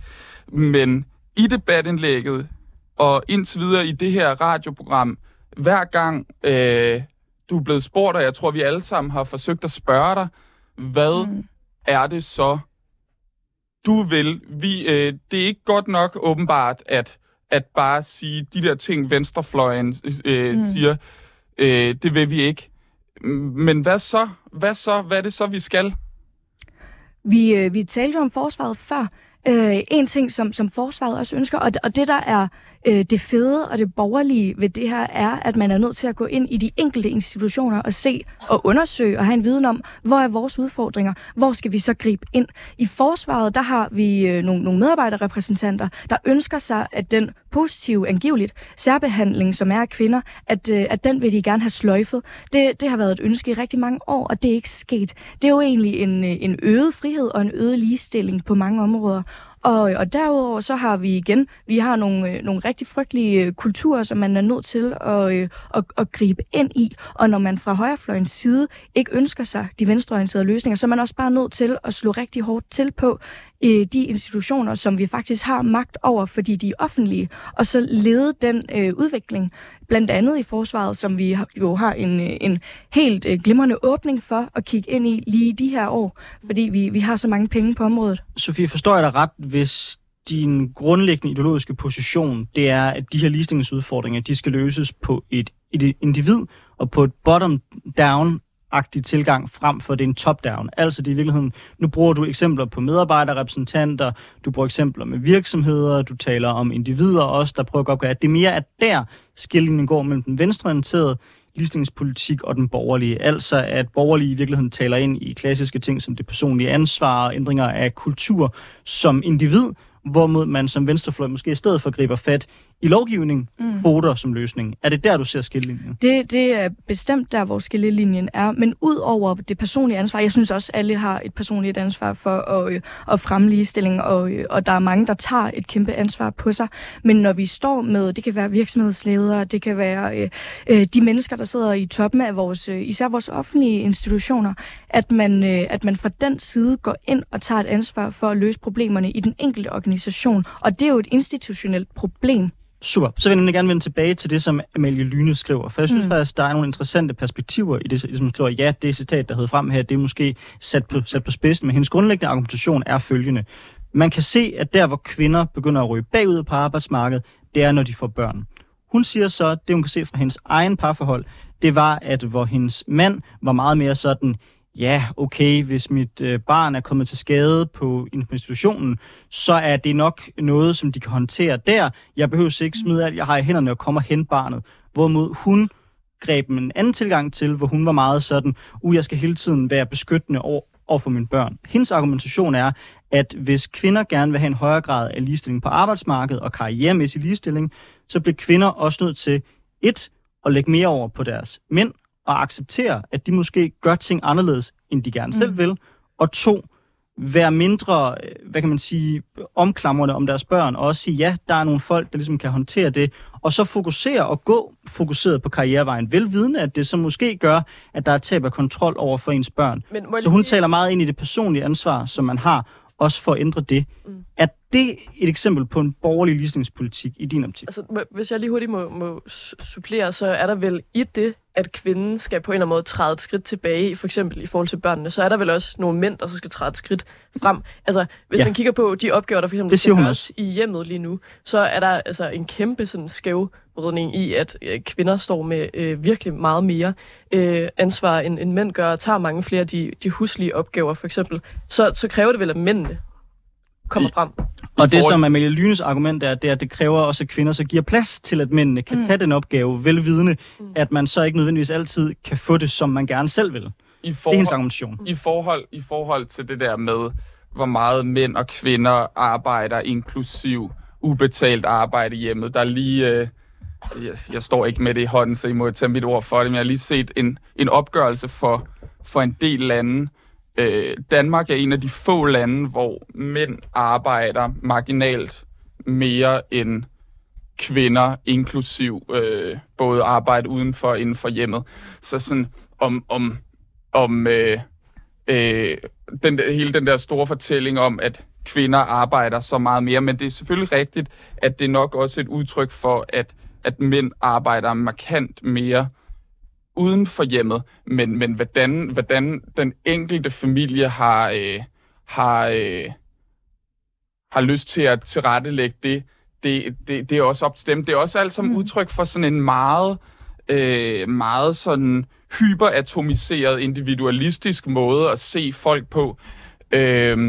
Men i debatindlægget og indtil videre i det her radioprogram, hver gang øh, du er blevet spurgt, og jeg tror, vi alle sammen har forsøgt at spørge dig, hvad mm. er det så, du vil? Vi, øh, det er ikke godt nok åbenbart, at, at bare sige de der ting, venstrefløjen øh, mm. siger, øh, det vil vi ikke. Men hvad så? Hvad så? Hvad er det så, vi skal? Vi, øh, vi talte om forsvaret før. Øh, en ting, som, som forsvaret også ønsker, og, og det, der er Øh, det fede og det borgerlige ved det her er, at man er nødt til at gå ind i de enkelte institutioner og se og undersøge og have en viden om, hvor er vores udfordringer, hvor skal vi så gribe ind. I forsvaret, der har vi øh, nogle, nogle medarbejderrepræsentanter, der ønsker sig, at den positive, angiveligt særbehandling, som er af kvinder, at, øh, at den vil de gerne have sløjfet. Det, det har været et ønske i rigtig mange år, og det er ikke sket. Det er jo egentlig en, en øget frihed og en øget ligestilling på mange områder. Og, og derudover så har vi igen, vi har nogle, nogle rigtig frygtelige kulturer, som man er nødt til at, at, at gribe ind i. Og når man fra højrefløjens side ikke ønsker sig de venstreorienterede løsninger, så er man også bare nødt til at slå rigtig hårdt til på de institutioner, som vi faktisk har magt over, fordi de er offentlige, og så lede den øh, udvikling, blandt andet i forsvaret, som vi jo har en, en helt øh, glimrende åbning for at kigge ind i lige i de her år, fordi vi, vi har så mange penge på området. Sofie, forstår jeg dig ret, hvis din grundlæggende ideologiske position, det er, at de her ligestillingsudfordringer, de skal løses på et, et individ og på et bottom-down agtig tilgang frem for det er en top-down. Altså det er i virkeligheden, nu bruger du eksempler på medarbejderrepræsentanter, du bruger eksempler med virksomheder, du taler om individer også, der prøver at opgøre, at det mere er der skillelinjen går mellem den venstreorienterede ligestillingspolitik og den borgerlige. Altså at borgerlige i virkeligheden taler ind i klassiske ting som det personlige ansvar og ændringer af kultur som individ, hvorimod man som venstrefløj måske i stedet for griber fat i lovgivning, mm. kvoter som løsning. Er det der, du ser skillelinjen? Det, det er bestemt der, hvor skillelinjen er. Men ud over det personlige ansvar, jeg synes også, alle har et personligt ansvar for at, at fremme ligestilling, og, og der er mange, der tager et kæmpe ansvar på sig. Men når vi står med, det kan være virksomhedsledere, det kan være øh, de mennesker, der sidder i toppen af vores, især vores offentlige institutioner, at man, øh, at man fra den side går ind og tager et ansvar for at løse problemerne i den enkelte organisation. Og det er jo et institutionelt problem. Super. Så vil jeg gerne vende tilbage til det, som Amalie Lyne skriver. For jeg synes mm. faktisk, der er nogle interessante perspektiver i det, som hun skriver. Ja, det citat, der hedder frem her, det er måske sat på, sat på spidsen, men hendes grundlæggende argumentation er følgende. Man kan se, at der, hvor kvinder begynder at ryge bagud på arbejdsmarkedet, det er, når de får børn. Hun siger så, det hun kan se fra hendes egen parforhold, det var, at hvor hendes mand var meget mere sådan, ja, okay, hvis mit øh, barn er kommet til skade på institutionen, så er det nok noget, som de kan håndtere der. Jeg behøver ikke smide alt, jeg har i hænderne og kommer og hente barnet. Hvorimod hun greb en anden tilgang til, hvor hun var meget sådan, uh, jeg skal hele tiden være beskyttende over, over for mine børn. Hendes argumentation er, at hvis kvinder gerne vil have en højere grad af ligestilling på arbejdsmarkedet og karrieremæssig ligestilling, så bliver kvinder også nødt til et, at lægge mere over på deres mænd, og acceptere, at de måske gør ting anderledes, end de gerne mm. selv vil, og to, være mindre, hvad kan man sige, omklamrende om deres børn, og også sige, ja, der er nogle folk, der ligesom kan håndtere det, og så fokusere og gå fokuseret på karrierevejen, velvidende, at det så måske gør, at der er tab af kontrol over for ens børn. Så hun sige... taler meget ind i det personlige ansvar, som man har, også for at ændre det. Mm. Er det et eksempel på en borgerlig ligestillingspolitik i din optik? Altså, hvis jeg lige hurtigt må, må supplere, så er der vel i det, at kvinden skal på en eller anden måde træde et skridt tilbage, for eksempel i forhold til børnene, så er der vel også nogle mænd, der så skal træde et skridt frem. Altså, hvis ja. man kigger på de opgaver, der for eksempel skal gøres i hjemmet lige nu, så er der altså en kæmpe sådan skævvridning i, at øh, kvinder står med øh, virkelig meget mere øh, ansvar, end, end mænd gør, og tager mange flere af de, de huslige opgaver, for eksempel. Så, så kræver det vel, at mændene kommer frem. Og det, som Amalie Lynes argument er, det er, at det kræver også, at kvinder så giver plads til, at mændene kan mm. tage den opgave, velvidende, mm. at man så ikke nødvendigvis altid kan få det, som man gerne selv vil. I forhold, det er hendes argumentation. I forhold, I forhold til det der med, hvor meget mænd og kvinder arbejder, inklusiv ubetalt arbejde hjemme. Der er lige... Øh, jeg, jeg står ikke med det i hånden, så I må tage mit ord for det, men jeg har lige set en, en opgørelse for, for en del lande. Øh, Danmark er en af de få lande, hvor mænd arbejder marginalt mere end kvinder, inklusiv øh, både arbejde udenfor og inden for hjemmet. Så sådan om, om, om øh, øh, den der, hele den der store fortælling om, at kvinder arbejder så meget mere, men det er selvfølgelig rigtigt, at det er nok også et udtryk for, at, at mænd arbejder markant mere uden for hjemmet, men, men hvordan, hvordan den enkelte familie har, øh, har, øh, har lyst til at tilrettelægge det, det, det, det er også op til dem. Det er også alt sammen mm. udtryk for sådan en meget, øh, meget sådan hyperatomiseret, individualistisk måde at se folk på. Øh,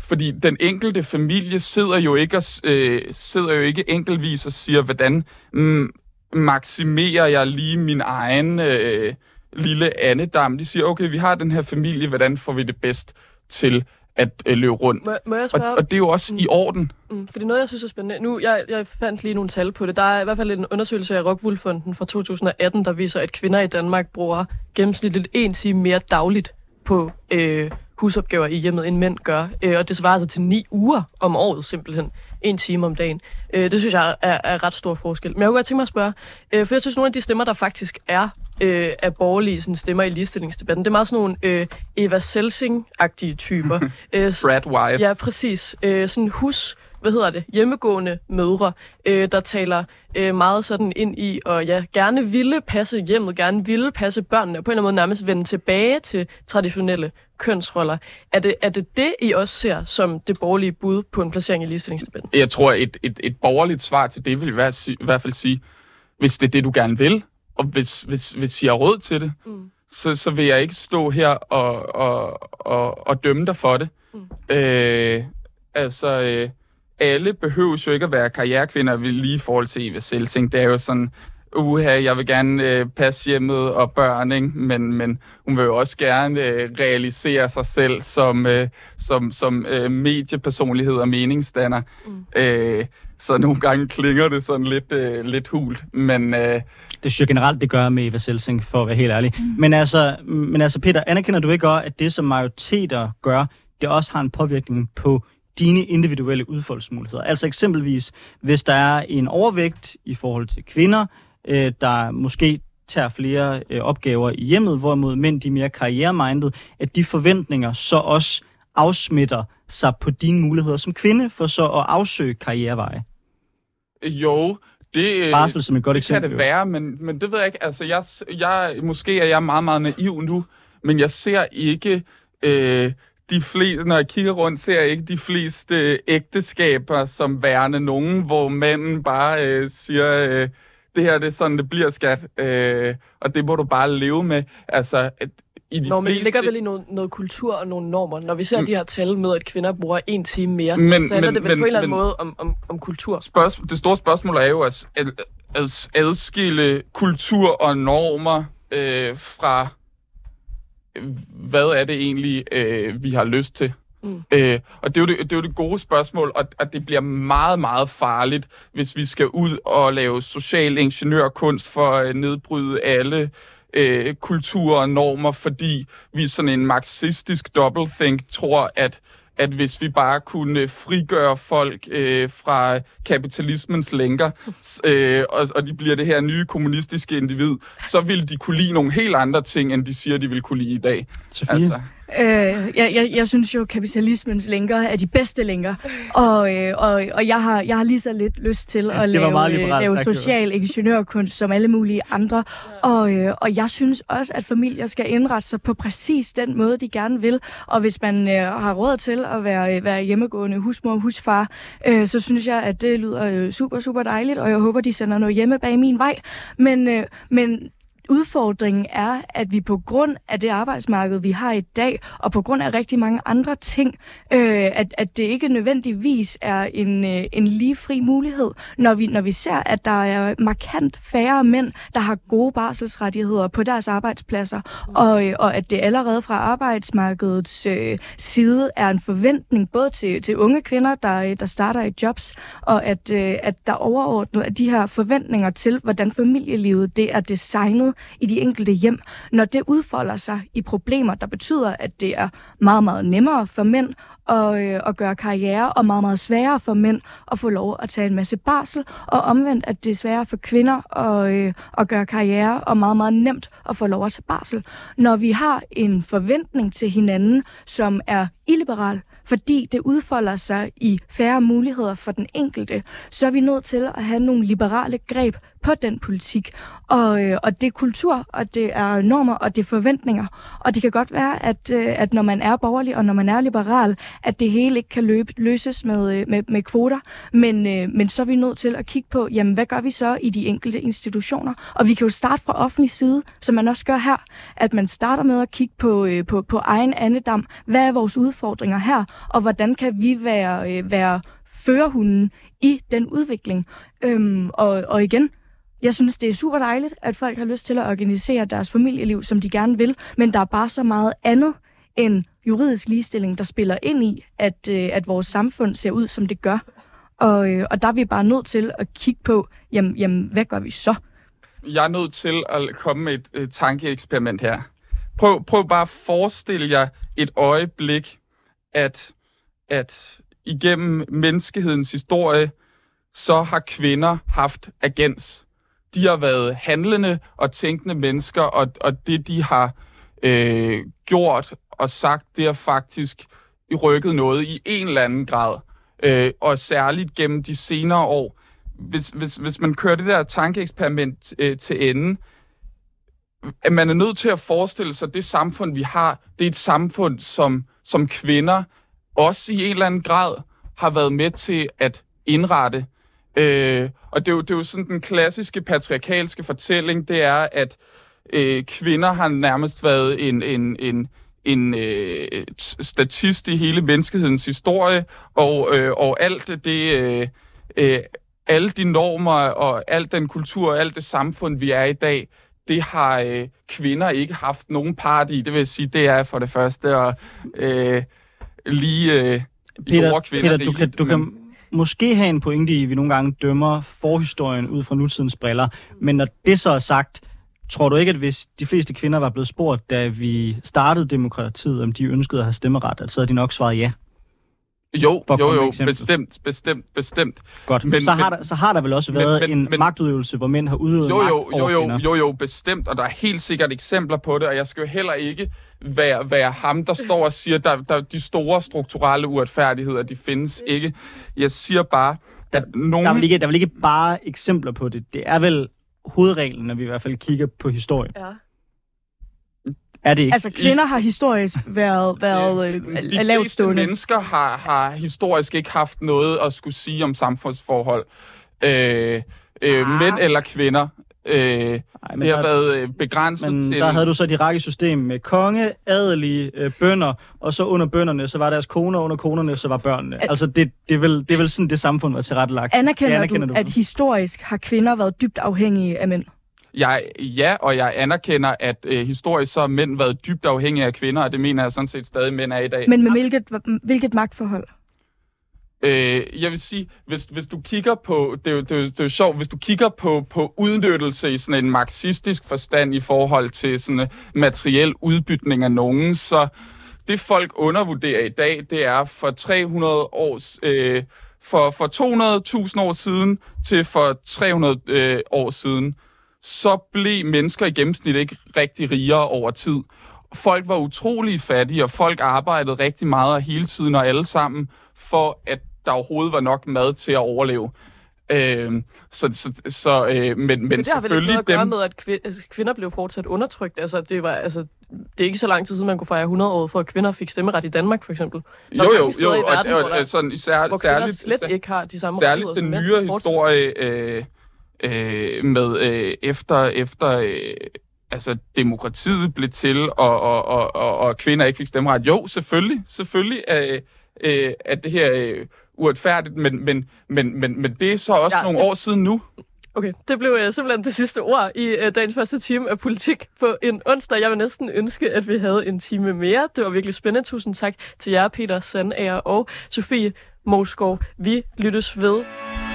fordi den enkelte familie sidder jo ikke, og, øh, sidder jo ikke enkeltvis og siger, hvordan mm, maksimerer jeg lige min egen øh, lille andedam. De siger, okay, vi har den her familie, hvordan får vi det bedst til at øh, løbe rundt? Må, må jeg spørge? Og, og det er jo også mm. i orden. Mm, fordi noget, jeg synes er spændende... Nu, jeg, jeg fandt lige nogle tal på det. Der er i hvert fald en undersøgelse af Rockwool-fonden fra to tusind atten, der viser, at kvinder i Danmark bruger gennemsnitligt en time mere dagligt på øh, husopgaver i hjemmet, end mænd gør. Øh, og det svarer altså til ni uger om året, simpelthen. En time om dagen. Øh, det synes jeg er, er ret stor forskel. Men jeg kunne godt tænke mig at spørge, øh, for jeg synes, nogle af de stemmer, der faktisk er øh, af borgerlige sådan, stemmer i ligestillingsdebatten, det er meget sådan nogle øh, Eva Selsing-agtige typer. øh, Brad wife. Ja, præcis. Øh, sådan hus... hvad hedder det, hjemmegående mødre, øh, der taler øh, meget sådan ind i, og ja, gerne ville passe hjemmet, gerne ville passe børnene, og på en eller anden måde nærmest vende tilbage til traditionelle kønsroller. Er det, er det det, I også ser som det borgerlige bud på en placering i ligestillingsdebatten? Jeg tror, et, et, et borgerligt svar til det vil i hvert, i hvert fald sige, hvis det er det, du gerne vil, og hvis, hvis, hvis I har råd til det, mm. så, så vil jeg ikke stå her og, og, og, og dømme dig for det. Mm. Øh, altså... Øh, alle behøver jo ikke at være karrierekvinder lige i forhold til Eva Selsing. Det er jo sådan, uha, jeg vil gerne øh, passe hjemmet og børn, ikke? Men, men hun vil jo også gerne øh, realisere sig selv som, øh, som, som øh, mediepersonlighed og meningsdanner. Mm. Øh, så nogle gange klinger det sådan lidt, øh, lidt hult. Men, øh, det synes jeg generelt, det gør med Eva Selsing, for at være helt ærlig. Mm. Men, altså, men altså, Peter, anerkender du ikke også, at det, som majoriteter gør, det også har en påvirkning på dine individuelle udfoldelsesmuligheder? Altså eksempelvis, hvis der er en overvægt i forhold til kvinder, øh, der måske tager flere øh, opgaver i hjemmet, hvorimod mænd de er mere karriereminded, at de forventninger så også afsmitter sig på dine muligheder som kvinde, for så at afsøge karriereveje. Jo, det, Barsel som et godt det eksempel. kan det være, men, men det ved jeg ikke. Altså, jeg, jeg, måske er jeg meget, meget naiv nu, men jeg ser ikke... Øh, De fleste, når jeg kigger rundt, ser jeg ikke de fleste ægteskaber som værende nogen, hvor manden bare øh, siger, øh, det her det er sådan, det bliver, skat, øh, og det må du bare leve med. Altså, at i de Nå, men fleste... det ligger vel i noget, noget kultur og nogle normer. Når vi ser mm. de her tal med, at kvinder bruger en time mere, men, så handler men, det vel men, på en eller anden men, måde om, om, om kultur. Spørgsmål, det store spørgsmål er jo at ad, adskille kultur og normer øh, fra... hvad er det egentlig, øh, vi har lyst til? Mm. Øh, og det er, jo det, det er jo det gode spørgsmål, og, og det bliver meget, meget farligt, hvis vi skal ud og lave social ingeniørkunst for at nedbryde alle øh, kulturer og normer, fordi vi sådan en marxistisk doublethink tror, at at hvis vi bare kunne frigøre folk øh, fra kapitalismens lænker, øh, og, og de bliver det her nye kommunistiske individ, så ville de kunne lide nogle helt andre ting, end de siger, de vil kunne lide i dag. Altså. Øh, jeg, jeg, jeg synes jo, at kapitalismens lænker er de bedste lænker, og, øh, og, og jeg, har, jeg har lige så lidt lyst til ja, at lave, øh, lave sagt, social ingeniørkunst som alle mulige andre, og, øh, og jeg synes også, at familier skal indrette sig på præcis den måde, de gerne vil, og hvis man øh, har råd til at være, være hjemmegående husmor og husfar, øh, så synes jeg, at det lyder øh, super, super dejligt, og jeg håber, de sender noget hjemme bag min vej, men, øh, men udfordringen er, at vi på grund af det arbejdsmarked, vi har i dag, og på grund af rigtig mange andre ting, øh, at, at det ikke nødvendigvis er en, øh, en lige fri mulighed, når vi, når vi ser, at der er markant færre mænd, der har gode barselsrettigheder på deres arbejdspladser, og, øh, og at det allerede fra arbejdsmarkedets øh, side er en forventning både til, til unge kvinder, der, der starter i jobs, og at, øh, at der overordnet er de her forventninger til, hvordan familielivet det er designet i de enkelte hjem, når det udfolder sig i problemer, der betyder, at det er meget, meget nemmere for mænd at, øh, at gøre karriere, og meget, meget sværere for mænd at få lov at tage en masse barsel, og omvendt, at det er sværere for kvinder at, øh, at gøre karriere, og meget, meget nemt at få lov at tage barsel. Når vi har en forventning til hinanden, som er illiberal, fordi det udfolder sig i færre muligheder for den enkelte, så er vi nødt til at have nogle liberale greb på den politik. Og, øh, og det er kultur, og det er normer, og det er forventninger. Og det kan godt være, at, øh, at når man er borgerlig, og når man er liberal, at det hele ikke kan løbe, løses med, med, med kvoter, men, øh, men så er vi nødt til at kigge på, jamen hvad gør vi så i de enkelte institutioner? Og vi kan jo starte fra offentlig side, som man også gør her, at man starter med at kigge på, øh, på, på egen andedam. Hvad er vores udfordringer her, og hvordan kan vi være, øh, være førerhunden i den udvikling? Øhm, og, og igen, jeg synes, det er super dejligt, at folk har lyst til at organisere deres familieliv, som de gerne vil, men der er bare så meget andet end juridisk ligestilling, der spiller ind i, at, øh, at vores samfund ser ud, som det gør. Og, øh, og der er vi bare nødt til at kigge på, jamen, jamen hvad gør vi så? Jeg er nødt til at komme med et, et tankeeksperiment her. Prøv, prøv bare at forestille jer et øjeblik, at, at igennem menneskehedens historie, så har kvinder haft agens. De har været handlende og tænkende mennesker, og, og det, de har øh, gjort og sagt, det har faktisk rykket noget i en eller anden grad. Øh, og særligt gennem de senere år. Hvis, hvis, hvis man kører det der tankeeksperiment øh, til ende, at man er nødt til at forestille sig, at det samfund, vi har, det er et samfund, som, som kvinder også i en eller anden grad har været med til at indrette. Øh, og det er, jo, det er jo sådan den klassiske patriarkalske fortælling, det er, at øh, kvinder har nærmest været en, en, en, en øh, statist i hele menneskehedens historie, og, øh, og alt det, øh, øh, alle de normer og al den kultur og alt det samfund, vi er i dag, det har øh, kvinder ikke haft nogen part i. Det vil sige, det er for det første at øh, lige øh, Peter, kvinder. Peter, du kan, du kan måske have en pointe i, at vi nogle gange dømmer forhistorien ud fra nutidens briller, men når det så er sagt, tror du ikke, at hvis de fleste kvinder var blevet spurgt, da vi startede demokratiet, om de ønskede at have stemmeret, at så havde de nok svaret ja? Jo, jo, jo, bestemt, bestemt, bestemt. Godt, men, så, har der, så har der vel også været men, men, en men, magtudøvelse, hvor mænd har udøvet jo, magt jo, over jo, jo, kvinder. Jo, jo, bestemt, og der er helt sikkert eksempler på det, og jeg skal jo heller ikke være, være ham, der står og siger, der, der de store strukturelle uretfærdigheder, de findes ikke. Jeg siger bare, at nogen... Der er vel ikke, der er vel ikke bare eksempler på det. Det er vel hovedreglen, når vi i hvert fald kigger på historien. Ja. Er det ikke? Altså, kvinder har historisk været, været øh, de lavtstående. De mennesker har, har historisk ikke haft noget at skulle sige om samfundsforhold. Øh, øh, mænd eller kvinder. Øh, Ej, det har der, været begrænset men til... der havde du så et hierarkisk system med konge, adelige, øh, bønder, og så under bønderne, så var deres koner, under konerne, så var børnene. At, altså, det, det, er vel, det er vel sådan, det samfund var tilrettelagt. Anerkender, anerkender du, du, at historisk har kvinder været dybt afhængige af mænd? Jeg, ja, og jeg anerkender, at øh, historisk så har mænd været dybt afhængige af kvinder, og det mener jeg sådan set stadig, mænd er i dag. Men med hvilket, hvilket magtforhold? Øh, jeg vil sige, hvis, hvis du kigger på, det er jo, det er jo, det er jo sjovt, hvis du kigger på, på udnyttelse i sådan en marxistisk forstand i forhold til sådan materiel udbytning af nogen, så det folk undervurderer i dag, det er for tre hundrede års... Øh, for, for to hundrede tusind år siden til for tre hundrede øh, år siden, så blev mennesker i gennemsnit ikke rigtig rigere over tid. Folk var utrolig fattige, og folk arbejdede rigtig meget og hele tiden og alle sammen, for at der overhovedet var nok mad til at overleve. Øh, så, så, så, øh, men, men, men det har vel ikke noget at gøre med, at kvinder blev fortsat undertrykt. Altså, det, var, altså, det er ikke så lang tid siden, man kunne fejre hundrede år, for at kvinder fik stemmeret i Danmark, for eksempel. Der jo, jo, jo, og, verden, og, og sådan, især, hvor særligt, slet ikke har de samme særligt den nye historie øh, øh, med øh, efter, efter øh, altså, demokratiet blev til, og, og, og, og, og kvinder ikke fik stemmeret. Jo, selvfølgelig, selvfølgelig øh, øh, at det her... Øh, uretfærdigt, men, men, men, men, men det er så også ja, nogle det... år siden nu. Okay, det blev uh, simpelthen det sidste ord i uh, dagens første time af Politik på en onsdag. Jeg vil næsten ønske, at vi havde en time mere. Det var virkelig spændende. Tusind tak til jer, Peter Sandager og Sofie Moesgaard. Vi lyttes ved.